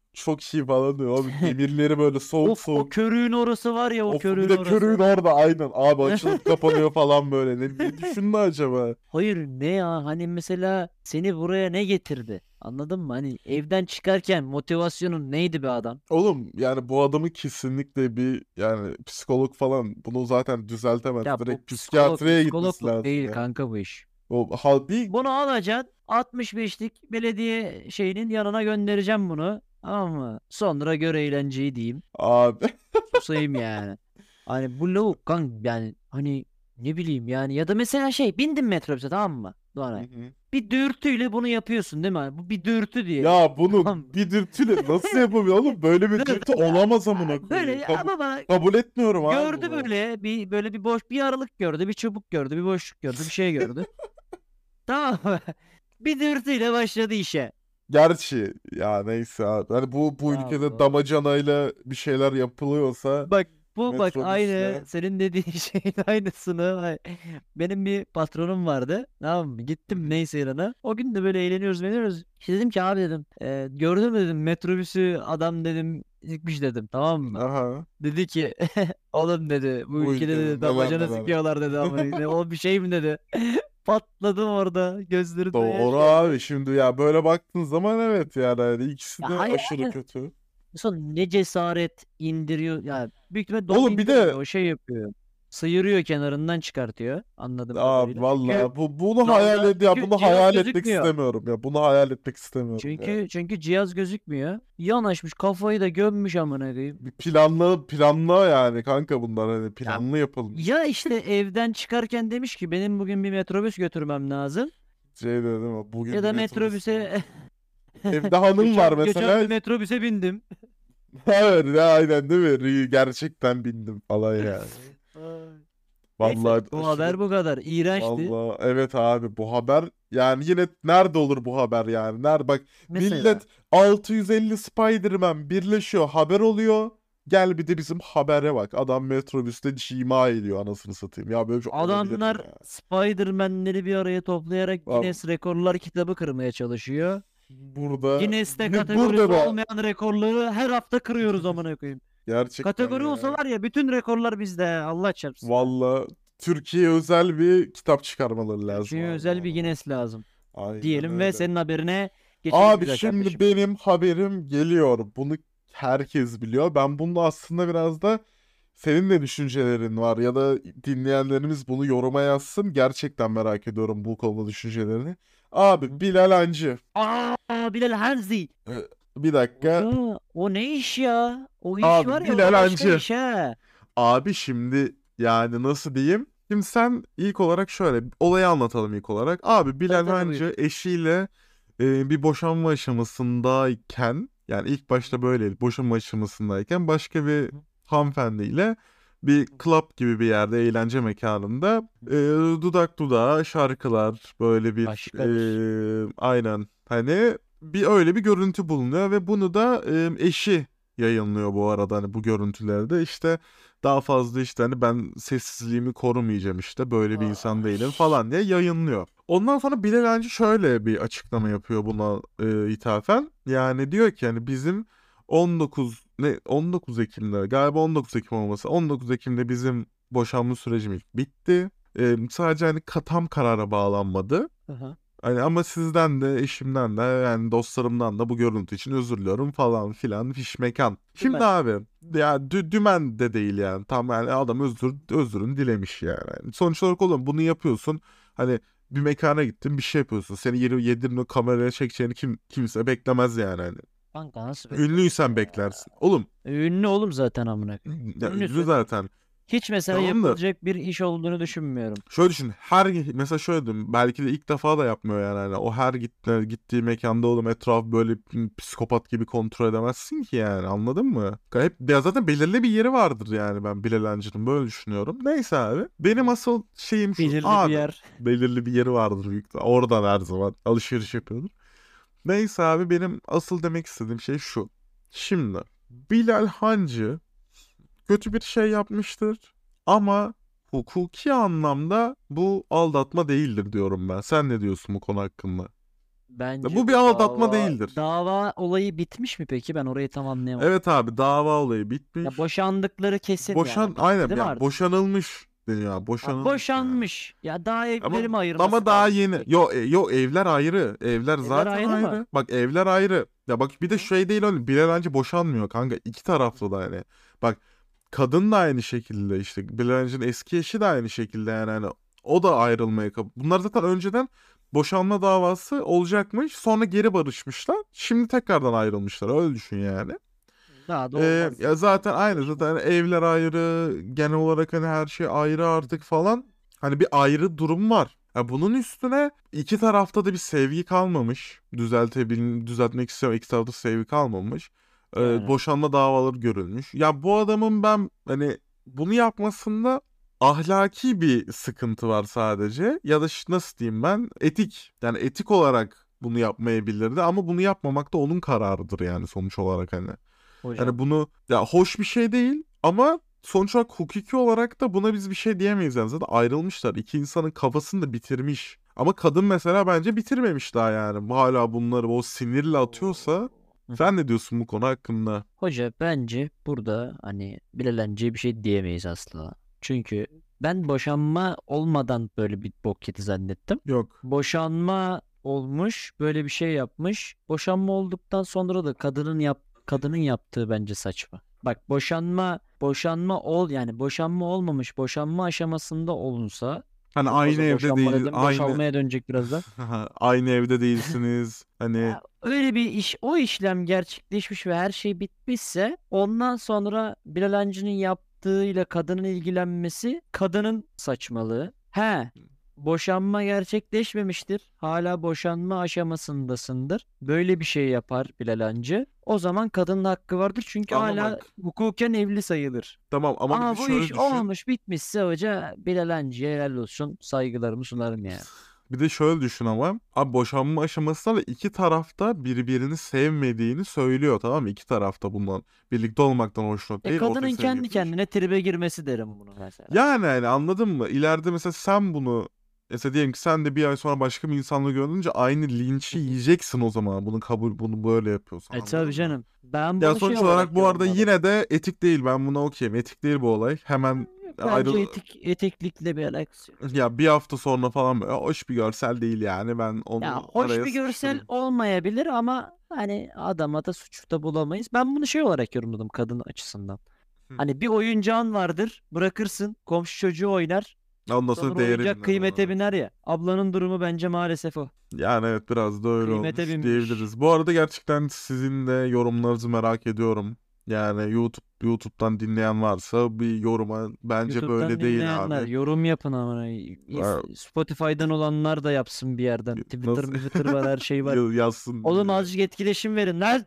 çok iyi falan diyor abi. Demirleri böyle soğuk Of, o soğuk. körüğün orası var ya, o Of, bir körüğün de körüğün orası. orada aynen. Abi açılıp kapanıyor falan böyle. Ne düşündü acaba? Hayır, ne ya, hani mesela seni buraya ne getirdi? Anladın mı? Hani evden çıkarken motivasyonun neydi be adam? Oğlum yani bu adamı kesinlikle bir yani psikolog falan bunu zaten düzeltemez. Ya bu Direkt psikiyatriye gitmesi psikologluk lazım değil ya. kanka bu iş. O hal bir Bunu alacaksın, 65'lik belediye şeyinin yanına göndereceğim bunu. Tamam mı? Sonra gör eğlenceyi diyeyim. abi. Susayım yani. Hani bu lavuk kan, yani hani ne bileyim yani, ya da mesela şey, bindin metrobüse, tamam mı Hı Doğanay? hı. Bir dürtüyle bunu yapıyorsun değil mi? Hani bu bir dürtü diyelim. Ya bunu Tamam mı? bir dürtüyle nasıl yapabiliyor oğlum? Böyle bir Dur, dürtü dur. olamaz amına Böyle koyayım. ya baba, Kabul etmiyorum abi gördü bunu. böyle bir boş bir aralık gördü, bir çubuk gördü, bir boşluk gördü, bir şey gördü. Tamam mı? Bir dürtüyle başladı işe. Gerçi ya neyse abi. Hani bu Ya ülkede bu. damacanayla bir şeyler yapılıyorsa Bak, bu bak aynı metrobüsle. senin dediğin şeyin aynısını benim bir patronum vardı. Tamam mı? Hı Gittim hı. neyse yanına. O gün de böyle eğleniyoruz. İşte dedim ki abi dedim, gördün mü dedim metrobüsü, adam dedim yıkmış dedim, tamam mı? Aha. Dedi ki oğlum dedi, bu Bu ülkede ülkede dedi neler damacana neler. sıkıyorlar dedi, ama ne o bir şey mi dedi. Patladım orada, gözlerinde yaş Doğru geldi. abi. Şimdi ya böyle baktığın zaman evet yani hani ikisi Ya de hayır, aşırı kötü. sonra ne cesaret indiriyor ya, büyük ihtimalle dolu Oğlum bir de indirmiyor, o şey yapıyor. Sıyırıyor, kenarından çıkartıyor anladığım abi kadarıyla. Çünkü valla bunu hayal yolda, ya çünkü bunu cihaz hayal etmek gözükmüyor. istemiyorum ya. Bunu hayal etmek istemiyorum ya. Çünkü cihaz gözükmüyor. Yanaşmış, kafayı da gömmüş amına koyayım. Bir planla yani kanka bunlar hani Ya, planlı yapılmış. ya işte evden çıkarken demiş ki benim bugün bir metrobüs götürmem lazım. Şey dedim ama bugün Ya bir da metrobüs mü? metrobüse Evde hanım var geçen bir mesela. metrobüse bindim. Evet ya aynen değil mi? Gerçekten bindim falan yani. Ay. Neyse, Vallahi bu aşırı haber bu kadar. İğrençti. vallahi evet abi bu haber yani yine nerede olur bu haber yani? Nerede bak Mesela millet 650 Spider-Man birleşiyor haber oluyor. Gel bir de bizim habere bak. Adam metrobüste cima ediyor anasını satayım. Ya böyle bir şey olabilir mi adamlar ya? Spider-Man'leri bir araya toplayarak Vallahi Guinness Rekorlar kitabı kırmaya çalışıyor. burada Guinness'te burada kategorisi da olmayan rekorları her hafta kırıyoruz amına koyayım. gerçekten Kategori olsa ya. var ya, bütün rekorlar bizde, Allah çarpsın. Vallahi Türkiye özel bir kitap çıkarmaları lazım Türkiye'ye abi bu özel bir arada. Guinness lazım Aynen diyelim ve öyle. senin haberine geçelim Abi güzel şimdi kardeşim. benim haberim geliyor. Bunu herkes biliyor. Ben bunu aslında biraz da senin de düşüncelerin var ya da dinleyenlerimiz bunu yoruma yazsın. Gerçekten merak ediyorum bu konuda düşüncelerini. Hı Abi hı. Bilal Hancı. Bilal Hanzi. Ee, Bir dakika. Aga, o ne iş ya? O iş var Abi ya, o Bilal da başka Hancı. iş ha. Abi şimdi yani nasıl diyeyim? Şimdi sen ilk olarak şöyle olayı anlatalım ilk olarak. Abi Tabii Bilal tabii, buyur. Hancı eşiyle bir boşanma aşamasındayken yani ilk başta böyle boşanma aşamasındayken başka bir hanımefendiyle bir club gibi bir yerde eğlence mekanında dudak dudağa şarkılar böyle bir Aşklar. aynen hani bir öyle bir görüntü bulunuyor ve bunu da eşi yayınlıyor bu arada hani bu görüntülerde işte daha fazla işte hani ben sessizliğimi korumayacağım işte böyle bir insan Ay. değilim falan diye yayınlıyor. Ondan sonra Bilal Hancı şöyle bir açıklama yapıyor buna ithafen. Yani diyor ki yani bizim 19 Ekim'de galiba 19 Ekim olması 19 Ekim'de bizim boşanma sürecimiz bitti. Sadece hani tam karara bağlanmadı. Aha. Hani ama sizden de eşimden de yani dostlarımdan da bu görüntü için özür diliyorum falan filan fiş mekan. Şimdi Dümen. abi ya dümen de değil yani tam yani adam özürünü dilemiş yani. Yani sonuç olarak oğlum bunu yapıyorsun hani bir mekana gittin bir şey yapıyorsun seni yedirme kameraya çekeceğini kimse beklemez yani hani. Kanka nasıl beklemesin Ünlüysen ya? beklersin. Oğlum Ünlü oğlum zaten amına koyayım. ya ünlü Ünlüsün. zaten. Hiç mesela Tamamdır. yapılacak bir iş olduğunu düşünmüyorum. Şöyle düşün. Mesela şöyle diyeyim. Belki de ilk defa da yapmıyor yani. Hani o her gittiği mekanda oğlum etraf böyle psikopat gibi kontrol edemezsin ki yani. Anladın mı? Hep ya zaten belirli bir yeri vardır yani ben Bilal Hancı'nın böyle düşünüyorum. Neyse abi. Benim Hı. asıl şeyim şu. Belirli bir Abi yer. belirli bir yeri vardır büyük ihtimalle. Oradan her zaman alışveriş yapıyordur. Neyse abi benim asıl demek istediğim şey şu. Şimdi Bilal Hancı kötü bir şey yapmıştır. Ama hukuki anlamda bu aldatma değildir diyorum ben. Sen ne diyorsun bu konu hakkında? Bence Bu bir bu aldatma değildir. dava olayı bitmiş mi peki? Ben orayı tam anlayamadım. Evet abi, dava olayı Ya bitmiş. boşandıkları kesin yani. Bitti Aynen değil mi yani artık? boşanılmış deniyor. Ha, Boşanılmış yani. boşanmış. Ya daha Ama evleri mi ayırması ama daha lazım yeni. peki? Yo, evler ayrı. Evler Evler zaten ayrı mı? ayrı. Bak, evler ayrı. Ya bak, bir de Hı şey değil oğlum. Bilal Hancı boşanmıyor kanka. İki taraflı da yani. Bak, kadın da aynı şekilde işte. Bilal Hancı'nın eski eşi de aynı şekilde yani. Hani o da ayrılmaya kabul. Bunlar zaten önceden boşanma davası olacakmış. Sonra geri barışmışlar. Şimdi tekrardan ayrılmışlar. Öyle düşün yani. Daha da olmaz Ya zaten zaten aynı, barışma. zaten evler ayrı, genel olarak hani her şey ayrı artık falan. Hani bir ayrı durum var. Ya bunun üstüne iki tarafta da bir sevgi kalmamış. Düzeltmek istiyorum. İki tarafta sevgi kalmamış. Yani. Boşanma davaları görülmüş. Ya bu adamın ben hani bunu yapmasında ahlaki bir sıkıntı var sadece. Ya da nasıl diyeyim ben? Etik. Yani etik olarak bunu yapmayabilirdi ama bunu yapmamak da onun kararıdır yani, sonuç olarak hani. Yani Hocam. bunu, ya hoş bir şey değil ama sonuç olarak hukuki olarak da buna biz bir şey diyemeyiz yani. Zaten ayrılmışlar. İki insanın kafasını da bitirmiş. Ama kadın mesela bence bitirmemiş daha yani. Bu hala bunları o sinirle atıyorsa, Hı hı. sen ne diyorsun bu konu hakkında? Hoca bence burada hani bileleneceği bir şey diyemeyiz asla. Çünkü ben boşanma olmadan böyle bir bok yedi zannettim. Yok. Boşanma olmuş, böyle bir şey yapmış. Boşanma olduktan sonra da kadının yaptığı bence saçma. Bak yani boşanma olmamış, boşanma aşamasında olunsa Hani çok aynı fazla evde boşanma değil, dedim, aynı boşalmaya dönecek birazdan. aynı evde değilsiniz. Hani Ya öyle bir iş, o işlem gerçekleşmiş ve her şey bitmişse ondan sonra Bilal Hancı'nın yaptığıyla kadının ilgilenmesi kadının saçmalığı. Boşanma gerçekleşmemiştir. Hala boşanma aşamasındasındır. Böyle bir şey yapar Bilal Hancı. O zaman kadının hakkı vardır çünkü ama hala bak, hukuken evli sayılır. tamam ama bir de Ama bu iş şöyle düşün. olmamış bitmişse hoca Bilal Hancı'ya helal olsun. Saygılarımı sunarım yani. Bir de şöyle düşün ama. Abi, boşanma aşamasında da iki tarafta birbirini sevmediğini söylüyor, tamam mı? İki tarafta bundan birlikte olmaktan hoşnut değil. Ortaya Kadının sevgi kendi getirmiş. kendine tribe girmesi derim bunu mesela. Yani anladın mı? İleride mesela sen bunu, mesela diyelim ki sen de bir ay sonra başka bir insanla görünce aynı Hı linçi hı. yiyeceksin o zaman. Bunu böyle yapıyorsan, Tabii anladın mı? canım. Ben Ya bunu şey sonuç olarak olarak bu arada yorumladım. yine de etik değil. Ben buna okeyim. Etik değil bu olay. Hemen Yok, ayrı, bence etiklikle bir alakası yok. ya bir hafta sonra falan böyle hoş bir görsel değil yani. Ben Ya onu hoş araya bir görsel sıkıştırayım. olmayabilir ama hani adama da suçta bulamayız. Ben bunu şey olarak yorumladım kadın açısından. Hı. Hani bir oyuncağın vardır, bırakırsın, komşu çocuğu oynar. Ondan sonra Sonra değeri oyuncak biner, kıymete evet. biner ya. Ablanın durumu bence maalesef o. Yani evet, biraz da öyle Kıymete olmuş binmiş. diyebiliriz. Bu arada gerçekten sizin de yorumlarınızı merak ediyorum. Yani YouTube'dan dinleyen varsa bir yoruma, bence YouTube'dan böyle değil dinleyenler abi. yorum yapın ama Ha, Spotify'dan olanlar da yapsın bir yerden. nasıl Twitter var, her şey var. yazsın. Oğlum azıcık etkileşim verin lan.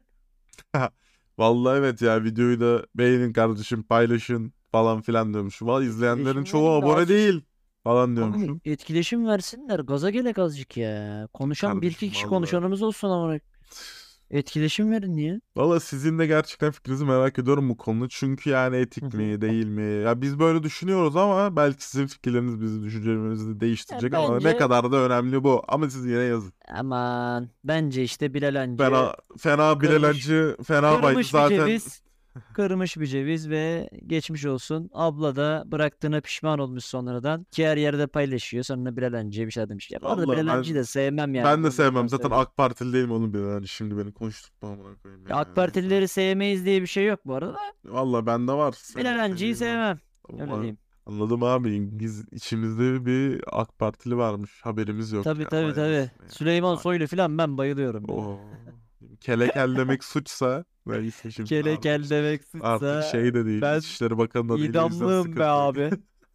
Vallahi evet ya, videoyu da beğenin kardeşim, paylaşın falan filan diyormuşum. Valla izleyenlerin Etkileşim çoğu verin de abone azıcık. değil falan Oğlum diyormuşum. etkileşim versinler. Gaza gelek azıcık ya. Konuşan bir iki Kardeşim kişi valla. konuşanımız olsun ama. Etkileşim verin niye? Valla sizin de gerçekten fikrinizi merak ediyorum bu konuda. Çünkü yani Hı etik hı. mi değil mi? Ya biz böyle düşünüyoruz ama belki sizin fikirleriniz bizi, düşüncelerimizi değiştirecek ama ne Bence kadar da önemli bu. Ama siz yine yazın. aman bence işte Bilal Hancı Fena kırmış Bilalancı fena baydı kırmış bir zaten. ceviz. Kırmış bir ceviz ve geçmiş olsun. Abla da bıraktığına pişman olmuş sonradan. Ki her yerde paylaşıyor. Sonra Bilal Hancı'ya bir şey demiş. Ya bu arada Valla Bilal Hancı'yı da sevmem yani. ben de Bunu sevmem. buradan Zaten söyleyeyim. AK Partili değilim oğlum Bilal. Şimdi beni konuşturtma amına koyayım Ya AK ya. Neyse. Partilileri sevmeyiz diye bir şey yok bu arada. Valla bende var. Bilal Hancı'yı Sevdiğim var. sevmem. Öyle Ama diyeyim. anladım abi. Biz içimizde bir AK Partili varmış. Haberimiz yok Tabii yani. tabii Vay tabii. anasını ya. Süleyman Vay. Soylu falan ben bayılıyorum ya. Oo. Kelek demek suçsa, neyse şimdi Kelekel demek artık suçsa şey de değil. ben İçişleri Bakanı da değil. O yüzden idamlığım be sıkıntı yok. abi.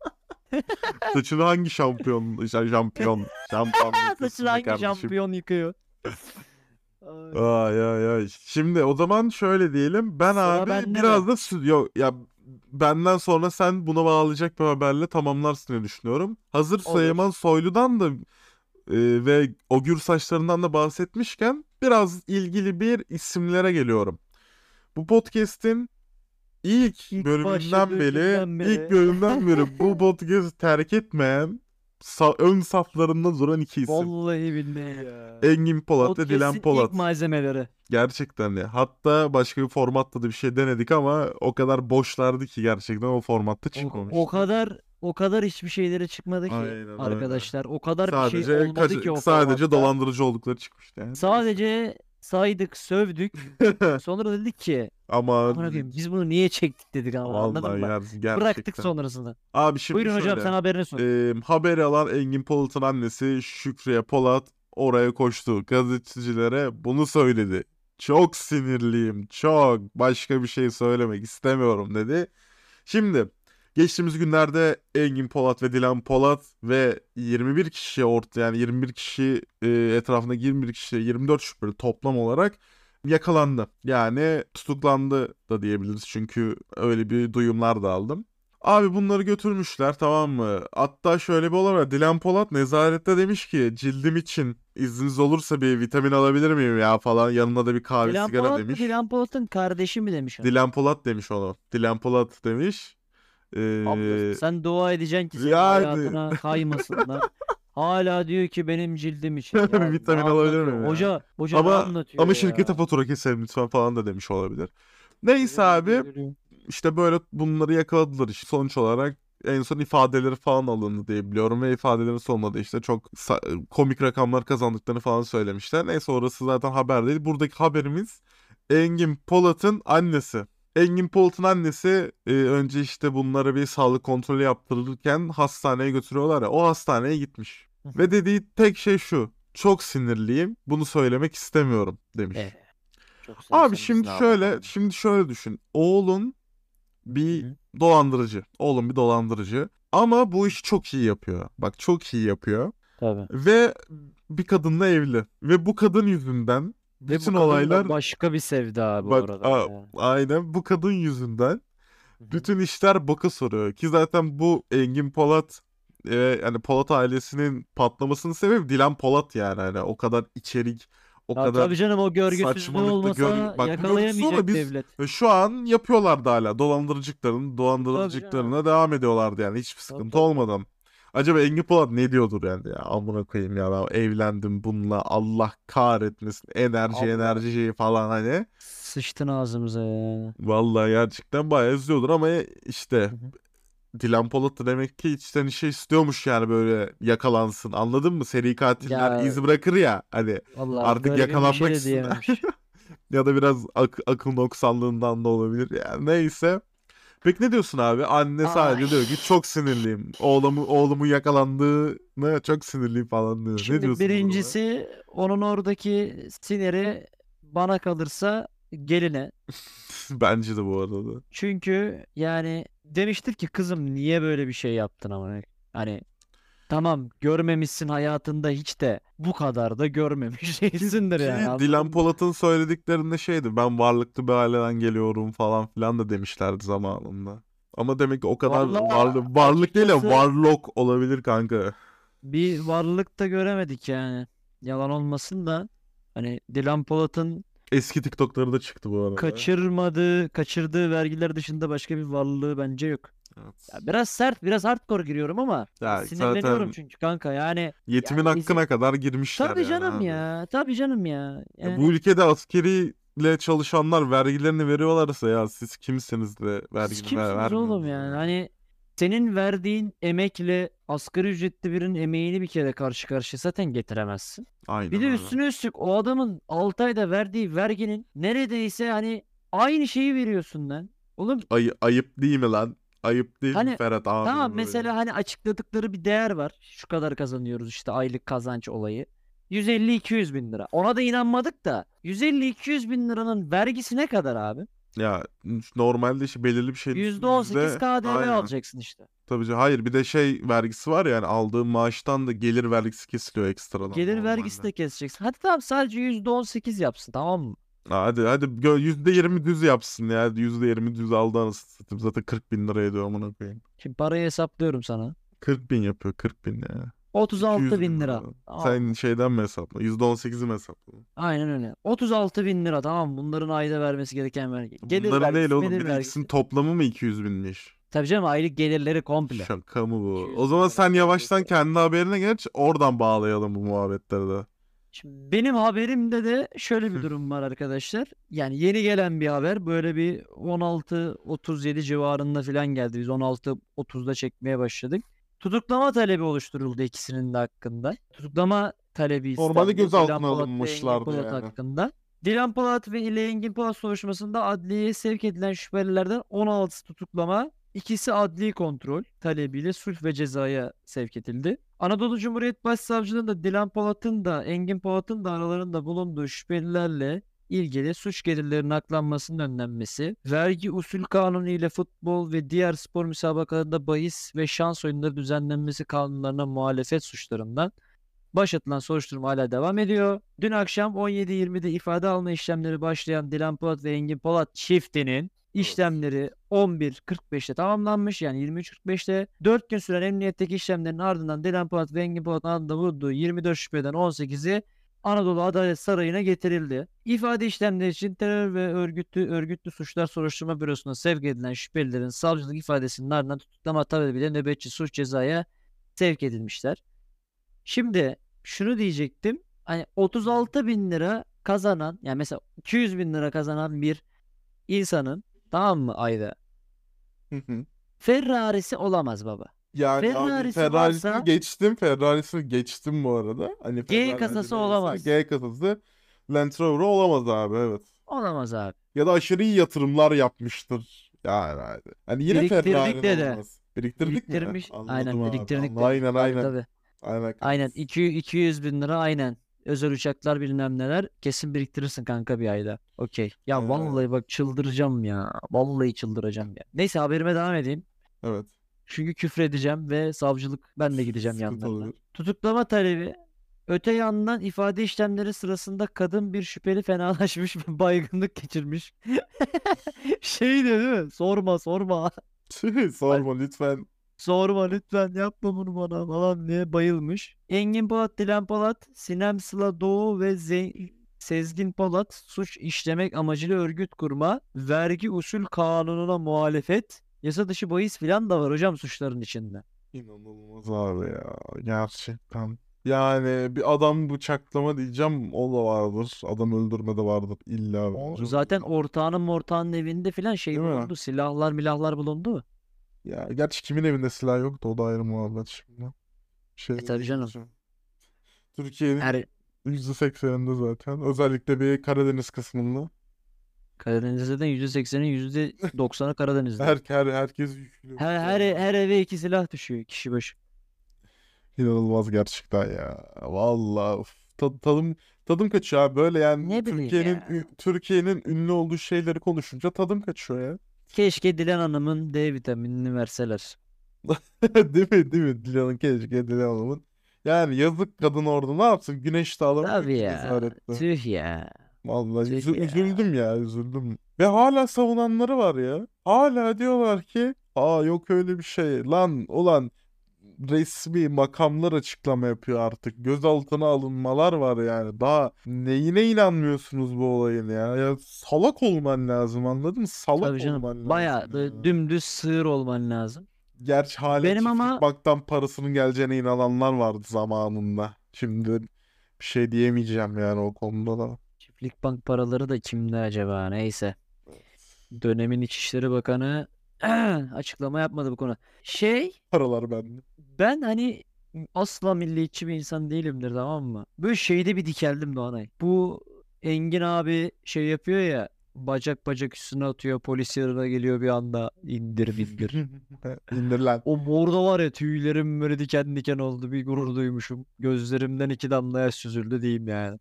Saçını hangi şampuan Saçını yıkıyorsun be hangi kardeşim? şampiyon yıkıyor? Ay. Ay ay ay. Şimdi o zaman şöyle diyelim. Ben Sıra abi bende biraz mi? da yok ya, benden sonra sen buna bağlayacak bir haberle tamamlarsın diye düşünüyorum. Hazır Olur. Süleyman Soylu'dan da ve o gür saçlarından da bahsetmişken biraz ilgili bir isimlere geliyorum. Bu podcast'in ilk İlk bölümünden beri başladığından ilk beri. bölümden beri bu podcast'ı terk etmeyen ön saflarında duran iki isim. Vallahi billahi ya. Engin Polat ve Dilan Podcast'in Polat. ilk malzemeleri. Gerçekten ya. Hatta başka bir formatta da bir şey denedik ama o kadar boşlardı ki gerçekten o formatta çıkmamıştı. O kadar hiçbir şeyleri çıkmadı ki Aynen öyle. arkadaşlar. O kadar bir şey Sadece olmadı ki o sadece formatta. dolandırıcı oldukları çıkmıştı yani. Sadece saydık, sövdük. Sonra dedik ki Ama amına koyayım biz bunu niye çektik dedik ama anladın vallahi mı? gerçekten. Bıraktık sonrasında. Abi şimdi Buyurun hocam şöyle. sen haberini sun. Haberi alan Engin Polat'ın annesi Şükriye Polat oraya koştu. Gazetecilere bunu söyledi. Çok sinirliyim, çok. Başka bir şey söylemek istemiyorum dedi. Şimdi geçtiğimiz günlerde Engin Polat ve Dilan Polat ve 21 kişi yani 21 kişi etrafında 21 kişi 24 şüpheli toplam olarak yakalandı. Yani tutuklandı da diyebiliriz çünkü öyle bir duyumlar da aldım. Abi bunları götürmüşler, tamam mı? Hatta şöyle bir olay var. Dilan Polat nezarette demiş ki cildim için izniniz olursa bir vitamin alabilir miyim ya falan. Yanına da bir kahve Dilan sigara Polat mı demiş. Dilan Polat'ın kardeşi mi demiş ona. Dilan Polat demiş onu. Dilan Polat demiş. Ablası sen dua edeceksin ki senin Yani hayatına kaymasınlar. Hala diyor ki benim cildim için. Ya ne vitamin alabilir anlatıyor? miyim ya? Hoca ne Ama anlatıyor şirkete ya? fatura keselim lütfen falan da demiş olabilir. Neyse Yürü, abi yürü, yürü. işte böyle bunları yakaladılar işte. Sonuç olarak en son ifadeleri falan alındı diye biliyorum ve ifadelerin sonunda da işte çok komik rakamlar kazandıklarını falan söylemişler. Neyse orası zaten haber değil. Buradaki haberimiz Engin Polat'ın annesi. Engin Polat'ın annesi önce işte bunlara bir sağlık kontrolü yaptırırken hastaneye götürüyorlar ya, o hastaneye gitmiş. Ve dediği tek şey şu: çok sinirliyim, bunu söylemek istemiyorum demiş. Çok Abi sevsem biz ne yapalım? şimdi şöyle düşün. Oğlun bir dolandırıcı. Oğlum bir dolandırıcı. Ama bu işi çok iyi yapıyor. Bak çok iyi yapıyor. Tabii. Ve bir kadınla evli. Ve bu kadın yüzünden Ve bütün bu kadın olaylar da başka bir sevda bu bak arada ya. aynen bu kadın yüzünden Hı hı. bütün işler boka soruyor. Ki zaten bu Engin Polat yani Polat ailesinin patlamasının sebebi Dilan Polat yani. Hani o kadar içerik, o Ya kadar tabii canım o görgüsüzlüğü saçmalıkta olmasa bak bu görüntüsü ama yakalayamayacak biz devlet. şu an yapıyorlardı hala. Tabii canım. Dolandırıcılıklarına devam ediyorlardı yani hiçbir Tabii sıkıntı tabii tabii. olmadan. Acaba Engin Polat ne diyordur yani ya, amına koyayım ya, ben evlendim bununla, Allah kahretmesin, Allah enerji falan hani. sıçtın ağzımıza ya. Vallahi gerçekten bayağı üzüyordur ama işte Hı hı. Dilan Polat da demek ki içten içe istiyormuş yani böyle yakalansın, anladın mı? Seri katiller Ya iz bırakır ya hani, vallahi artık garibim bir şey yakalanmak de diyememiş. ya da biraz akıl noksanlığından da olabilir. Yani neyse. Peki ne diyorsun abi? Anne Ay. sadece diyor ki çok sinirliyim. Oğlumun yakalandığına çok sinirliyim falan diyor. Ne Şimdi diyorsun bu duruma? birincisi onun oradaki siniri bana kalırsa geline. Bence de bu arada. Çünkü yani demiştir ki kızım niye böyle bir şey yaptın ama hani tamam görmemişsin hayatında hiç de bu kadar da görmemiş değilsindir yani Ki anladın Dilan mı? Polat'ın söylediklerinde şeydi. Ben varlıklı bir aileden geliyorum falan filan da demişlerdi zamanında. Ama demek ki o kadar Vallahi varlık değil ya, açıkçası varlık olabilir kanka. bir varlık da göremedik yani. Yalan olmasın da hani Dilan Polat'ın Eski TikTok'ları da çıktı bu arada. kaçırdığı vergiler dışında başka bir varlığı bence yok. Ya Evet. biraz sert, biraz hardcore giriyorum ama Ya sinirleniyorum zaten çünkü kanka yani yetimin hakkına kadar girmişler tabii yani canım abi. ya, tabii canım ya. Ya bu Yani ülkede askeriyle çalışanlar vergilerini veriyorlarsa ya siz kimsiniz de siz vergini kimsiniz oğlum vermiyorsunuz yani? yani. Hani senin verdiğin emekle asgari ücretli birinin emeğini bir kere karşı karşıya zaten getiremezsin. Bir Aynen de öyle. üstüne üstlük o adamın 6 ayda verdiği verginin neredeyse hani aynı şeyi veriyorsun lan. Oğlum Ayıp değil mi lan? Ayıp değil mi hani Ferhat tamam abim böyle? mesela hani açıkladıkları bir değer var. Şu kadar kazanıyoruz işte aylık kazanç olayı. 150-200 bin lira. Ona da inanmadık da 150-200 bin liranın vergisi ne kadar abi? Ya normalde işte belirli bir şeyin üstünde %18 yüzde KDV aynen. alacaksın işte. Tabii canım. Hayır bir de şey vergisi var ya, yani aldığın maaştan da gelir vergisi kesiliyor ekstradan Gelir vergisi normalde. de keseceksin. Hadi tamam sadece %18 yapsın tamam mı? Hadi %20 düz yapsın ya. %20 düz aldı anasını satayım. Zaten 40 bin lira ediyor amına koyayım. Şimdi parayı hesaplıyorum sana. 40 bin yapıyor, 40 bin ya. 36 200 bin bin lira. lira. Tamam Sen mı? şeyden mi hesapla? %18'i mi hesapla? Aynen öyle. 36 bin lira tamam mı? Bunların ayda vermesi gereken vergi. Gelir Bunların değil vergisi, oğlum. gelir Bir de ikisinin vergisi. toplamı mı 200 binmiş? Tabii canım, aylık gelirleri komple. Şaka mı bu? 200 O bin zaman lira sen yavaştan neredeyse. kendi haberine geç. Oradan bağlayalım bu muhabbetleri de. Şimdi benim haberimde de şöyle bir durum var arkadaşlar. Yani yeni gelen bir haber. Böyle bir 16.37 civarında falan geldi. Biz 16.30'da çekmeye başladık. Tutuklama talebi oluşturuldu ikisinin de hakkında. Tutuklama talebi Normalde istendi. Dilan gözaltına Polat ve Engin alınmışlardı Polat yani. hakkında. Dilan Polat ve ile Engin Polat soruşturmasında adliyeye sevk edilen şüphelilerden 16'sı tutuklama, ikisi adli kontrol talebiyle sulh ve cezaya sevk edildi. Anadolu Cumhuriyet Başsavcılığında Dilan Polat'ın da Engin Polat'ın da aralarında bulunduğu şüphelilerle ilgili suç gelirlerinin aklanmasının önlenmesi, vergi usul kanunu ile futbol ve diğer spor müsabakalarında bahis ve şans oyunları düzenlenmesi kanunlarına muhalefet suçlarından başlatılan soruşturma hala devam ediyor. Dün akşam 17.20'de ifade alma işlemleri başlayan Dilan Polat ve Engin Polat çiftinin işlemleri 11.45'te tamamlanmış. Yani 23.45'te 4 gün süren emniyetteki işlemlerin ardından Dilan Polat ve Engin Polat'ın adında bulunduğu 24 şüpheden 18'i Anadolu Adalet Sarayı'na getirildi. İfade işlemleri için terör ve örgütlü suçlar soruşturma bürosuna sevk edilen şüphelilerin savcılık ifadesinin ardından tutuklama talebiyle nöbetçi suç cezaya sevk edilmişler. Şimdi şunu diyecektim. Hani 36 bin lira kazanan, yani mesela 200 bin lira kazanan bir insanın, tamam mı, ayda Hı hı. Ferrari'si olamaz baba. Yani abi Ferrari'si varsa Ferrari'sini geçtim bu arada. Hani G Ferrari hadi kasası neyse olamaz. G kasası Land Rover olamaz abi, evet. Olamaz abi. Ya da aşırı iyi yatırımlar yapmıştır. Yani hadi. Hani yine Biriktirdik Ferrari'nin de. olmaz. Biriktirdik mi? Biriktirmiş. Anladım Aynen, abi. biriktirdik de. Aynen Tabii aynen. tabii. Aynen Aynen. kanks. 200 bin lira aynen. Özel uçaklar bilmem neler. Kesin biriktirirsin kanka bir ayda. Okey. Ya Aynen aynen. vallahi bak çıldıracağım ya. Vallahi çıldıracağım ya. Neyse, haberime devam edeyim. Evet. Çünkü küfredeceğim ve savcılık, ben de gideceğim Sıkıntı yanlarına. olur. Tutuklama talebi. Öte yandan ifade işlemleri sırasında kadın bir şüpheli fenalaşmış ve baygınlık geçirmiş. Şey de değil mi? Sorma sorma. Hani Sorma lütfen. sorma lütfen, yapma bunu bana falan diye bayılmış. Engin Polat, Dilan Polat, Sinem Sıla Doğu ve Sezgin Polat suç işlemek amacıyla örgüt kurma, vergi usul kanununa muhalefet, yasa dışı bahis filan da var hocam suçların içinde. İnanılmaz abi ya. Gerçekten. Yani bir adam bıçaklama diyeceğim, o da vardır. Adam öldürme de vardır illa O bence. zaten ortağının evinde filan şey Değil mi? bulundu. Silahlar milahlar bulundu. Ya gerçi kimin evinde silah yoktu, o da ayrı muhabbet şimdi. Bir şey de Tabii canım. diyemeyeceğim. Türkiye'nin Her %80'inde zaten. Özellikle bir Karadeniz kısmında. Karadeniz'den %80'in %90'ı Karadeniz'de. Herkes yüklü. Her eve 2 silah düşüyor kişi başı. İnanılmaz gerçekten ya. Vallahi uf. Tadım kaçıyor abi. Böyle yani Ne bileyim ya. Türkiye'nin ünlü olduğu şeyleri konuşunca tadım kaçıyor ya. Keşke Dilan Hanım'ın D vitaminini verseler. Değil mi? Değil mi? Keşke Dilan Hanım'ın. Yani yazık kadın orada ne yapsın? Güneşte alamıyor Tabii ki ya. nezarette. Tüh ya. Vallahi Tüh ya. üzüldüm ya, üzüldüm. Ve hala savunanları var ya. Hala diyorlar ki aa yok öyle bir şey. Lan ulan resmi makamlar açıklama yapıyor artık. Gözaltına alınmalar var yani. Daha neyine inanmıyorsunuz bu olayın ya? Ya salak olman lazım, anladın mı? Salak Tabii canım. olman Baya lazım böyle ya. dümdüz sığır olman lazım. Gerçi hala Benim çiftlik ama baktan parasının geleceğine inananlar vardı zamanında. Şimdi bir şey diyemeyeceğim yani o konuda da. çiftlik bank paraları da kimde acaba? Neyse. Dönemin İçişleri Bakanı açıklama yapmadı bu konu. Paralar bende. Ben hani asla milliyetçi bir insan değilimdir, tamam mı? Böyle şeyde bir dikeldim Doğanay. Bu Engin abi şey yapıyor ya, bacak bacak üstüne atıyor, polis yanına geliyor bir anda, indir bindir. İndir lan. O morda var ya, tüylerim böyle diken diken oldu, bir gurur duymuşum. Gözlerimden 2 damla yaş süzüldü diyeyim yani.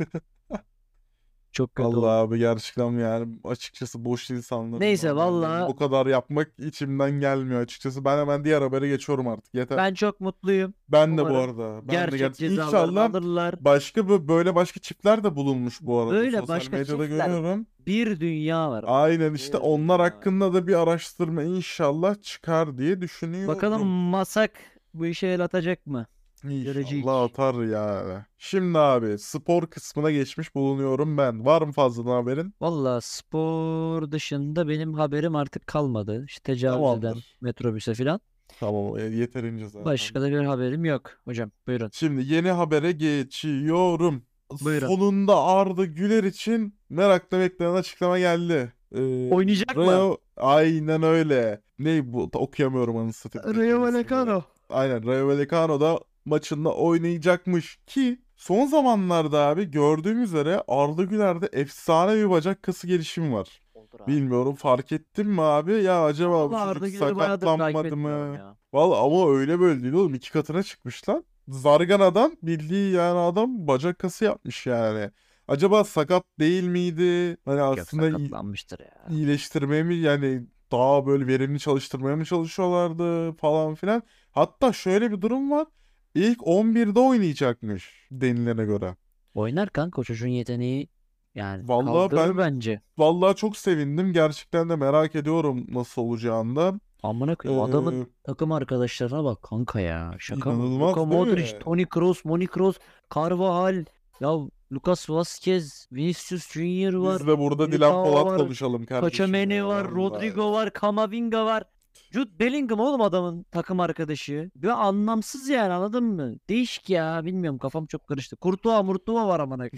Çok kötü Vallahi oldu. abi gerçekten yani açıkçası boş insanların Neyse haberlerini valla bu kadar yapmak içimden gelmiyor açıkçası. Ben hemen diğer habere geçiyorum artık. Yeter. ben çok mutluyum. Ben de bu Umarım arada. Ben de gerçek gerçekten. cezalarını İnşallah alırlar. başka böyle başka çiftler de bulunmuş bu arada. Böyle Sosyal başka medyada çiftler görüyorum. bir dünya var bak. Aynen işte Bir onlar dünya var. hakkında da bir araştırma inşallah çıkar diye Bakalım düşünüyorum. Masak bu işe el atacak mı? Görecek. İnşallah atar yani. Şimdi abi spor kısmına geçmiş bulunuyorum ben. Var mı fazladan haberin? Valla spor dışında benim haberim artık kalmadı. İşte tecavüz eden Tamamdır. metrobüse falan. Tamam, yeterince zaten. Başka da bir haberim yok. Hocam buyurun. Şimdi yeni habere geçiyorum. Buyurun. Sonunda Arda Güler için merakla beklenen açıklama geldi. Oynayacak mı? Aynen öyle. Ne bu? Okuyamıyorum anasını satayım Rayo takımın ismini. Vallecano. Aynen, Rayo Vallecano da maçında oynayacakmış ki son zamanlarda abi gördüğümüz üzere Arda Güler'de efsane bir bacak kası gelişimi var. Olur abi. Bilmiyorum, fark ettin mi abi? Ya acaba bu Vallahi çocuk Arda Güler'i bayağıdır takip sakatlanmadı etmiyorum mı? ya. Vallahi ama öyle böyle değil oğlum. 2 katına çıkmış lan. Zargana'dan bildiği yani adam bacak kası yapmış yani. Acaba sakat değil miydi? Hani Yok aslında sakatlanmıştır ya. iyileştirmeye mi yani daha böyle verimli çalıştırmaya mı çalışıyorlardı falan filan. Hatta şöyle bir durum var. İlk 11'de oynayacakmış denilene göre. Oynar kanka o çocuğun yeteneği yani Vallahi kaldırır ben bence. vallahi çok sevindim. Gerçekten de merak ediyorum nasıl olacağını da. Amına koyayım adamın Ee, takım arkadaşlarına bak kanka ya. Şaka mı? Luka inanılmaz değil Modric, mi? Toni Kroos, Moni Kroos, Carvajal, ya Lucas Vazquez, Vinicius Junior var, Biz de burada Dilan Militao Polat var, konuşalım kardeşim Tchouaméni ya var, vallahi. Rodrigo var, Camavinga var. Jude Bellingham oğlum adamın takım arkadaşı. Bir anlamsız yani anladın mı? Değişik ya bilmiyorum kafam çok karıştı. Murtuva var amına.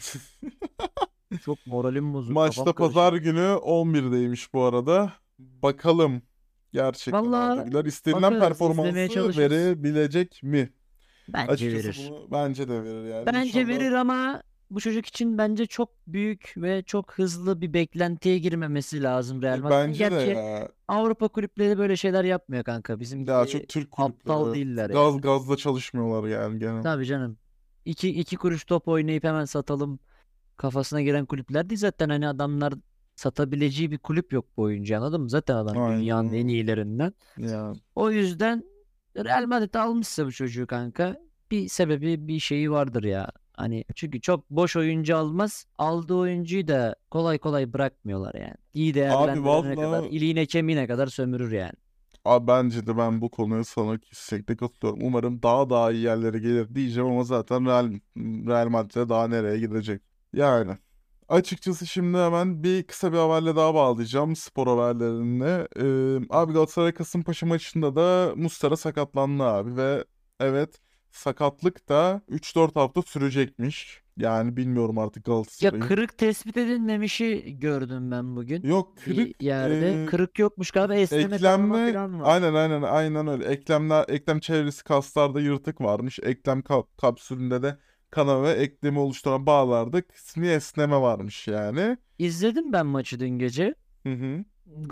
Çok moralim bozuk kafam Maçta karıştı. pazar günü 11'deymiş bu arada. Bakalım gerçekten Arda Valla Güler istenilen bakarız izlemeye performansı çalışırız. verebilecek mi? Bence Açıkçası verir. bunu bence de verir yani. Bence İnşallah. verir ama bu çocuk için bence çok büyük ve çok hızlı bir beklentiye girmemesi lazım Real Madrid'in. Bence de Gerçi ya. Avrupa kulüpleri böyle şeyler yapmıyor kanka. Bizim Ya gibi çok Türk kulüpleri, aptal evet. değiller yani. Gazla çalışmıyorlar yani genel. Tabii canım. İki kuruş top oynayıp hemen satalım kafasına giren kulüpler değil. Zaten hani adamlar satabileceği bir kulüp yok bu oyuncu anladın mı? Zaten adam dünyanın en Aynen. iyilerinden. Ya. O yüzden Real Madrid almışsa bu çocuğu kanka bir sebebi bir şeyi vardır ya. Hani çünkü çok boş oyuncu almaz. Aldığı oyuncuyu da kolay kolay bırakmıyorlar yani. İyi Abi değerlendirene kadar, valla, iliğine kemiğine kadar sömürür yani. abi bence de ben bu konuya sana kesinlikle katılıyorum. Umarım daha iyi yerlere gelir diyeceğim ama zaten Real Madrid'e daha nereye gidecek? Yani açıkçası şimdi hemen kısa bir haberle daha bağlayacağım spor haberlerine. Abi Galatasaray Kasımpaşa maçında da Muslera sakatlandı abi ve evet, sakatlık da 3-4 hafta sürecekmiş. Yani bilmiyorum artık Ya Galatasaray'ın. kırık tespit edilmemişi gördüm ben bugün Yok, bir kırık yerde. Kırık yokmuş galiba esneme kanama eklemle, falan var. aynen öyle. Eklem çevresi kaslarda yırtık varmış. Eklem kapsülünde de kana ve eklemi oluşturan bağlarda kısmi esneme varmış yani. İzledim ben maçı dün gece. Hı hı.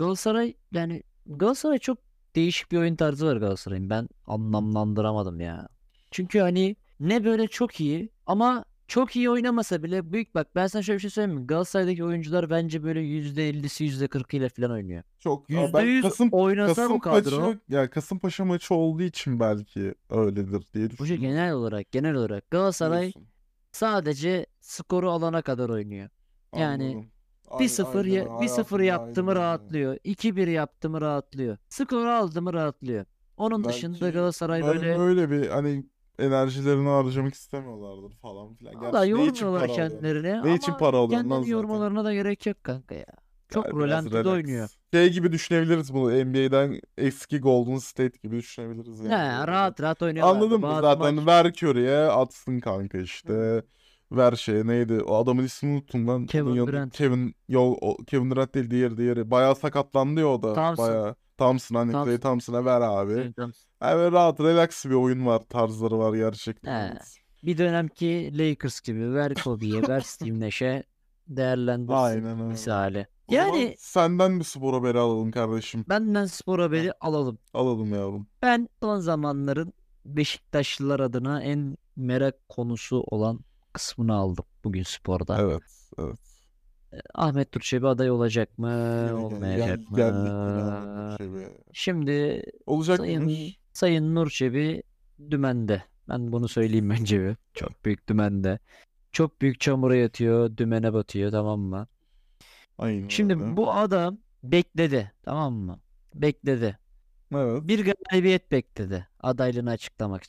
Galatasaray çok değişik bir oyun tarzı var Galatasaray'ın. Ben anlamlandıramadım ya. Çünkü hani ne böyle çok iyi ama çok iyi oynamasa bile büyük bak ben sana şöyle bir şey söyleyeyim mi? Galatasaray'daki oyuncular bence böyle %50'si %40'ıyla falan oynuyor. yüzde Ben yüz oynasa bu kadro. Kasımpaşa maçı olduğu için belki öyledir diye Bu şey düşünüyorum. genel olarak Galatasaray Diyorsun. sadece skoru alana kadar oynuyor. Yani Anladım. 1-0 Aynen öyle. 1-0 Hayatımda yaptı aynen mı öyle. rahatlıyor. 2-1 yaptı mı rahatlıyor. Skoru aldı mı rahatlıyor. Onun dışında Belki Galatasaray böyle öyle bir hani enerjilerini harcamak istemiyorlardır falan filan. valla Gerçi ne için yormuyorlar para alıyorsun? kendilerini Ne için ama para alıyorsun lan kendini zaten? yormalarına da gerek yok kanka ya. Çok Yani biraz rölantide oynuyor. relax. Şey gibi düşünebiliriz bunu. NBA'den eski Golden State gibi düşünebiliriz Ne yani bu arada. rahat rahat oynuyorlardı. Anladın mı? Bazı Zaten maç ver Curry'e atsın kanka işte. Ver şeye neydi? O adamın ismini unuttum lan. Onun Kevin yanında Durant, Kevin Durant değil, diğeri. Bayağı sakatlandı ya o da. Thompson, Bayağı. Thompson, hani Klay Thompson, Thompson'a ver abi. Klay Thompson. Yani rahat relax bir oyun var. Tarzları var gerçekten. He. Evet. Bir dönemki Lakers gibi ver Kobe'ye ver Steve Nash'e değerlendirsin Aynen öyle. misali. O zaman Yani senden bir spor haberi alalım kardeşim. benden spor Heh, haberi alalım. alalım yavrum. Ben son zamanların Beşiktaşlılar adına en merak konusu olan kısmını aldım bugün sporda. Evet. Evet. Ahmet Nur Çebi aday olacak mı, Yine olmayacak geldik yine mı? Ahmet Nur Çebi'ye. Şimdi Olacak Sayın mıymış? Sayın Nur Çebi dümende. Ben bunu söyleyeyim önce bir. Çok büyük dümende. Çok büyük çamura yatıyor, dümene batıyor tamam mı? Aynen Şimdi öyle. bu adam bekledi tamam mı? Bekledi. Evet. Bir galibiyet bekledi adaylığını açıklamak için.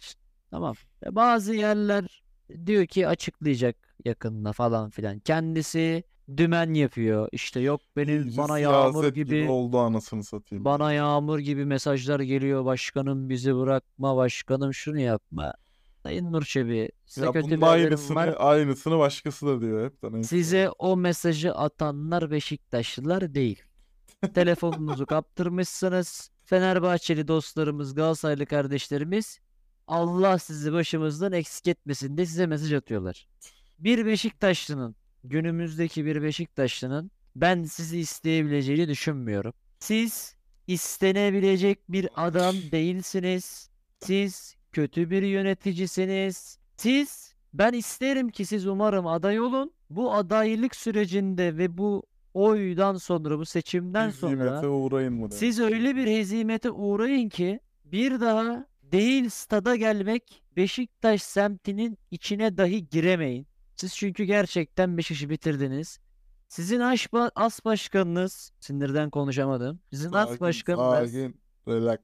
Tamam. Bazı yerler diyor ki açıklayacak yakında falan filan. Kendisi dümen yapıyor. İşte yok benim İyice bana yağmur siyaset gibi gibi oldu anasını satayım ya. mesajlar geliyor. Başkanım bizi bırakma, başkanım şunu yapma. Sayın Nur Çebi, size Ya kötü bunun bir haberim var. aynısını başkası da diyor hep de neyse. Size o mesajı atanlar Beşiktaşlılar değil. Telefonunuzu kaptırmışsınız. Fenerbahçeli dostlarımız, Galatasaraylı kardeşlerimiz Allah sizi başımızdan eksik etmesin diye size mesaj atıyorlar. Bir Beşiktaşlı'nın, günümüzdeki bir Beşiktaşlı'nın ben sizi isteyebileceğini düşünmüyorum. Siz istenebilecek bir adam değilsiniz. Siz kötü bir yöneticisiniz. Ben isterim ki siz umarım aday olun. Bu adaylık sürecinde ve bu oydan sonra, bu seçimden sonra Hizmete uğrayın mı siz demek öyle bir istiyorsun? hezimete uğrayın ki bir daha değil stada gelmek, Beşiktaş semtinin içine dahi giremeyin. Siz çünkü gerçekten Beşiktaş'ı bitirdiniz. Sizin as başkanınız, sinirden konuşamadım. Sakin sakin. Relax.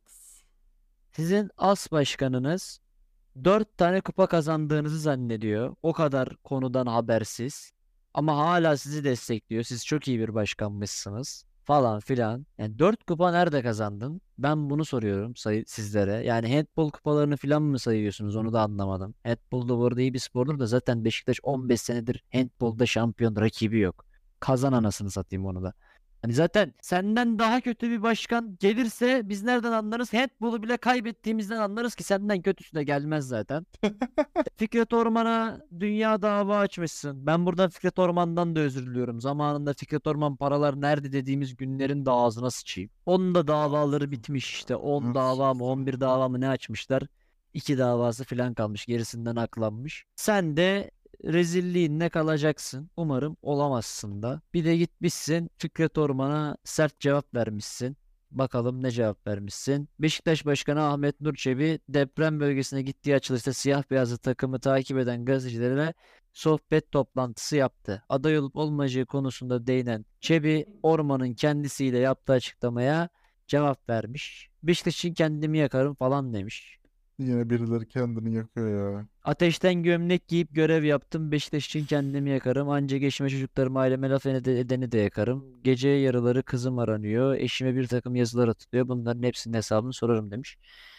Sizin as başkanınız 4 tane kupa kazandığınızı zannediyor. O kadar konudan habersiz. Ama hala sizi destekliyor. Siz çok iyi bir başkanmışsınız falan filan. Yani 4 kupa nerede kazandın? Ben bunu soruyorum sizlere. Yani handball kupalarını filan mı sayıyorsunuz? Onu da anlamadım. Handball da bu arada iyi bir spordur da zaten Beşiktaş 15 senedir handballda şampiyon rakibi yok. Kazan anasını satayım onu da. Hani zaten senden daha kötü bir başkan gelirse biz nereden anlarız? Handball'u bile kaybettiğimizden anlarız ki senden kötüsü de gelmez zaten. Fikret Orman'a dünya dava açmışsın. Ben buradan Fikret Orman'dan da özür diliyorum. Zamanında Fikret Orman paralar nerede dediğimiz günlerin de ağzına sıçayım. Onun da davaları bitmiş işte. 10 dava mı 11 dava mı ne açmışlar. 2 davası falan kalmış. Gerisinden aklanmış. Sen de rezilliğinle kalacaksın. Umarım olamazsın da. Bir de gitmişsin Fikret Orman'a sert cevap vermişsin. Bakalım ne cevap vermişsin. Beşiktaş Başkanı Ahmet Nur Çebi deprem bölgesine gittiği açılışta siyah beyazlı takımı takip eden gazetecilere sohbet toplantısı yaptı. Aday olup olmayacağı konusunda değinen Çebi Orman'ın kendisiyle yaptığı açıklamaya cevap vermiş. Beşiktaş için kendimi yakarım falan demiş. Yine birileri kendini yakıyor ya. Ateşten gömlek giyip görev yaptım. Beşiktaş için kendimi yakarım. Anca geçme çocuklarım aileme laf edeni de yakarım. Gece yarıları kızım aranıyor. Eşime bir takım yazılar atılıyor. Bunların hepsinin hesabını sorarım demiş.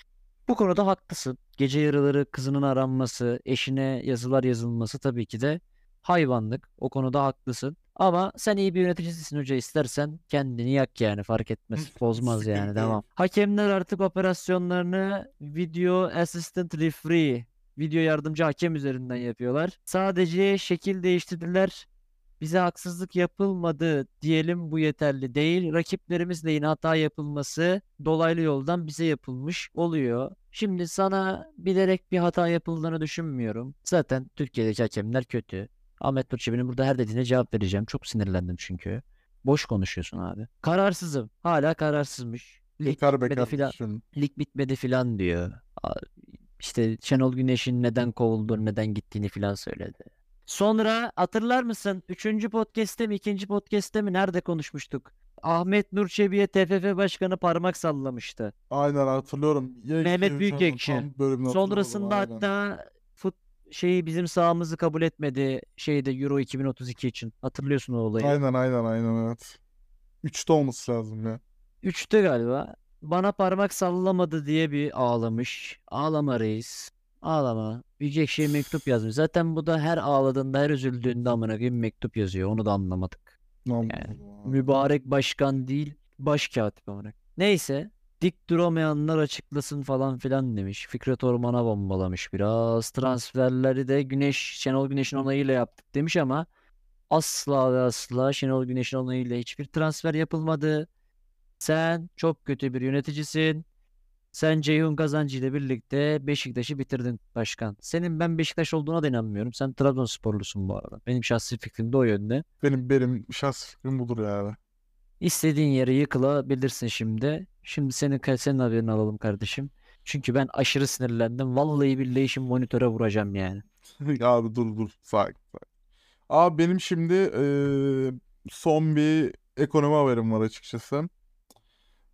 Bu konuda haklısın. Gece yarıları kızının aranması, eşine yazılar yazılması tabii ki de hayvanlık. O konuda haklısın. Ama sen iyi bir yöneticisin hoca, istersen kendini yak yani, fark etmez. Bozmaz yani, Sıkıntı yok. devam. Hakemler artık operasyonlarını video assistant referee, video yardımcı hakem üzerinden yapıyorlar. Sadece şekil değiştirdiler. Bize haksızlık yapılmadı diyelim, bu yeterli değil. Rakiplerimizle yine hata yapılması dolaylı yoldan bize yapılmış oluyor. Şimdi sana bilerek bir hata yapıldığını düşünmüyorum. Zaten Türkiye'deki hakemler kötü. Ahmet Nur Çebi'nin burada her dediğine cevap vereceğim. Çok sinirlendim çünkü. Boş konuşuyorsun abi. Kararsızım. Hala kararsızmış. Lig Yeter be bitmedi filan. kardeşim. Lig bitmedi filan diyor. İşte Şenol Güneş'in neden kovulduğunu, neden gittiğini filan söyledi. Sonra hatırlar mısın? Üçüncü podcast'te mi, ikinci podcast'te mi, nerede konuşmuştuk? Ahmet Nur Çebi'ye TFF Başkanı parmak sallamıştı. Aynen hatırlıyorum. Mehmet Büyükekşi. Tam bölümünü hatırlamadım Sonrasında aynen. hatta bizim sahamızı kabul etmedi şeyde Euro 2032 için. Hatırlıyorsun o olayı. Aynen evet. 3'te olması lazım ya. Üçte galiba. Bana parmak sallamadı diye bir ağlamış. Ağlama reis. Ağlama. Büyükekşi'ye mektup yazmış. Zaten bu da her ağladığında, her üzüldüğünde amına koyayım mektup yazıyor. Onu da anlamadık. Yani Anladım abi. mübarek başkan değil, baş katip amına. Neyse. Dik duramayanlar açıklasın falan filan demiş. Fikret Orman'a bombalamış biraz. Transferleri de Şenol Güneş'in onayıyla yaptık demiş ama asla ve asla Şenol Güneş'in onayıyla hiçbir transfer yapılmadı. Sen çok kötü bir yöneticisin. Sen Ceyhun Kazancı ile birlikte Beşiktaş'ı bitirdin başkan. Senin ben Beşiktaş olduğuna da inanmıyorum. Sen Trabzonsporlusun bu arada. Benim şahsi fikrim de o yönde. Benim şahsi fikrim budur yani. İstediğin yere yıkılabilirsin şimdi. Şimdi senin haberini alalım kardeşim. Çünkü ben aşırı sinirlendim. Vallahi billahi şimdi monitöre vuracağım yani. Abi dur sakin. Abi benim şimdi son bir ekonomi haberim var açıkçası.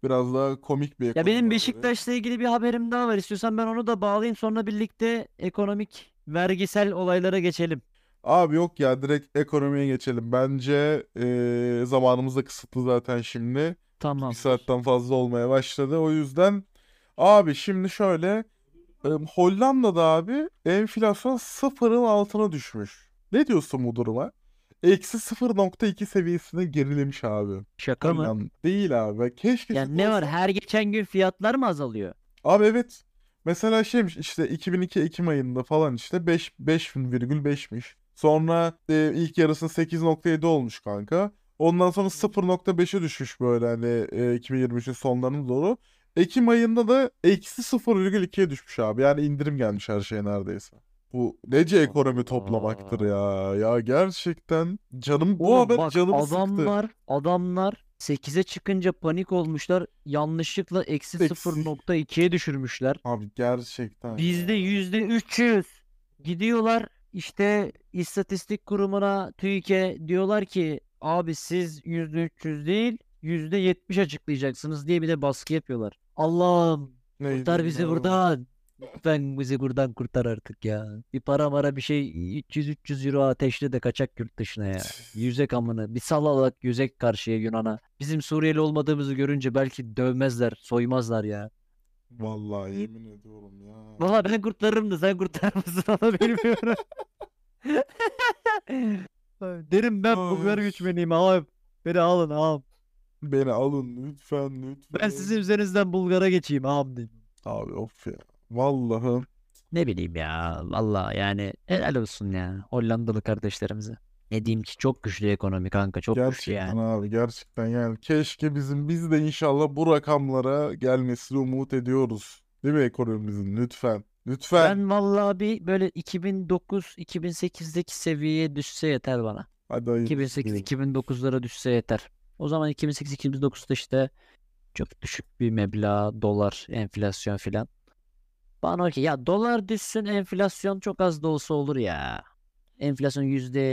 Biraz daha komik bir Ya ekonomi benim haberi. Beşiktaş'la ilgili bir haberim daha var. İstiyorsan ben onu da bağlayayım, sonra birlikte ekonomik, vergisel olaylara geçelim. Abi yok ya, direkt ekonomiye geçelim. Bence zamanımız da kısıtlı zaten şimdi. Bir Tamamdır. saatten fazla olmaya başladı. O yüzden abi şimdi şöyle, Hollanda'da abi enflasyon sıfırın altına düşmüş. Ne diyorsun bu duruma? Eksi 0,2 seviyesine gerilemiş abi. Şaka mı? Hollanda değil abi. Keşke Yani sıfır ne var? olsa. Her geçen gün fiyatlar mı azalıyor? Abi evet. Mesela şeymiş işte 2002 Ekim ayında falan işte 5,5'miş. Sonra ilk yarısında 8,7 olmuş kanka. Ondan sonra 0,5'e düşmüş böyle hani 2023'ün sonlarına doğru. Ekim ayında da eksi 0,2'ye düşmüş abi. Yani indirim gelmiş her şeye neredeyse. Bu nece ekonomi toplamaktır Aa. ya. Ya gerçekten canım, bu Oğlum haber bak, canımı sıktı. adamlar 8'e çıkınca panik olmuşlar. Yanlışlıkla eksi Eksi. 0,2'ye düşürmüşler. Abi gerçekten Bizde ya. %300 gidiyorlar işte istatistik kurumuna, TÜİK'e, diyorlar ki abi siz %300 değil %70 açıklayacaksınız diye bir de baskı yapıyorlar. Allah'ım Neydi kurtar bizi inanılmaz. buradan. Lütfen bizi buradan kurtar artık ya. Bir para mara bir şey 300-300 euro ateşle de kaçak yurt dışına ya. Yüzek amını. Bir salalak yüzek karşıya Yunan'a. Bizim Suriyeli olmadığımızı görünce belki dövmezler, soymazlar ya. Vallahi yemin ediyorum ya. Valla ben kurtarırım da sen kurtarır mısın onu bilmiyorum. Derim ben Bulgar Ay, göçmeniyim ağam. Beni alın ağam. beni alın lütfen Ben sizin lütfen. üzerinizden Bulgar'a geçeyim ağam diyeyim. Abi of ya. Vallahi Ne bileyim ya. Valla yani helal olsun ya. Hollandalı kardeşlerimize. Ne diyeyim ki, çok güçlü ekonomi kanka, çok güçlü gerçekten yani. abi, gerçekten yani keşke biz de inşallah bu rakamlara gelmesini umut ediyoruz. Değil mi ekonomimizin? Lütfen. Lütfen. Ben vallahi bir böyle 2009-2008'deki seviyeye düşse yeter bana. Hadi hayırlısı diyelim. 2008-2009'lara düşse yeter. O zaman 2008-2009'da işte çok düşük bir meblağ, dolar, enflasyon filan. Bana okey. Ya dolar düşsün, enflasyon çok az da olsa olur ya. Enflasyon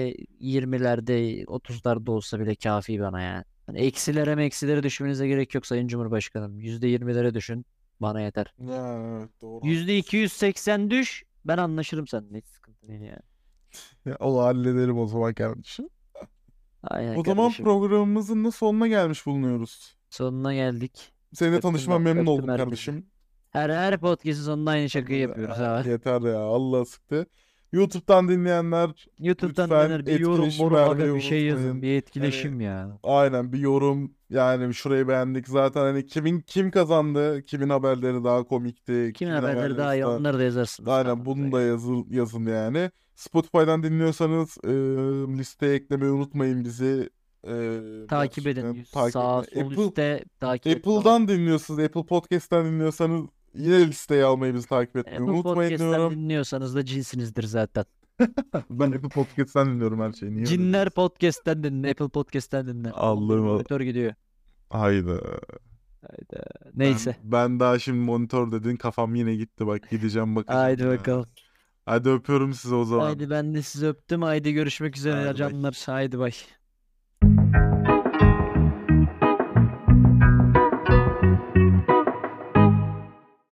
%20'lerde, 30'larda olsa bile kafi bana ya. Hani eksilere düşmenize gerek yok Sayın Cumhurbaşkanım. %20'lere düşün. Bana yeter. Yani evet, doğru haklısın. %280 düş. Ben anlaşırım seninle. Hiç sıkıntı değil ya. Ya, onu halledelim o zaman kardeşim. Aynen O zaman kardeşim. programımızın da sonuna gelmiş bulunuyoruz. Sonuna geldik. Seninle Öptüm, tanışmam memnun öptüm oldum herkesi. kardeşim. Her podcast'in sonunda aynı şakayı yapıyoruz ha. Yeter ya, Allah sıktı. YouTube'dan dinleyenler YouTube'dan lütfen dinlenir. Bir yorum etkileşim morum vermeyi aga, bir şey yazın. unutmayın. Bir Hani etkileşim ya. aynen bir yorum, yani şurayı beğendik zaten, hani kim kazandı, kimin haberleri daha komikti, Kimin kimin haberleri daha haberleri iyi, daha, onları da yazarsınız aynen kafanıza bunu da göre. yazın yani. Spotify'dan dinliyorsanız listeye eklemeyi unutmayın bizi. Takip Gerçekten edin. takip Sağ etmeyi. sol üstte takip et falan. Apple'dan dinliyorsanız, Apple Podcast'ten dinliyorsanız yine listeye almayı, bizi takip etmeyi Apple unutmayın Podcast'ten diyorum. dinliyorsanız da cinsinizdir zaten. Ben Apple Podcast'ten dinliyorum her şeyi. Niye öyle Cinler diyorsun? Podcast'ten dinle. Apple Podcast'ten dinle. Oğlum benim Allah'ım. monitör gidiyor. Hayda. Hayda. Ben Neyse. ben daha şimdi monitör dedin, kafam yine gitti, bak gideceğim Haydi bakacağım ya. bakalım. Hadi öpüyorum sizi o zaman. Haydi ben de sizi öptüm. Haydi görüşmek üzere Hadi bay. canlar. Haydi bay.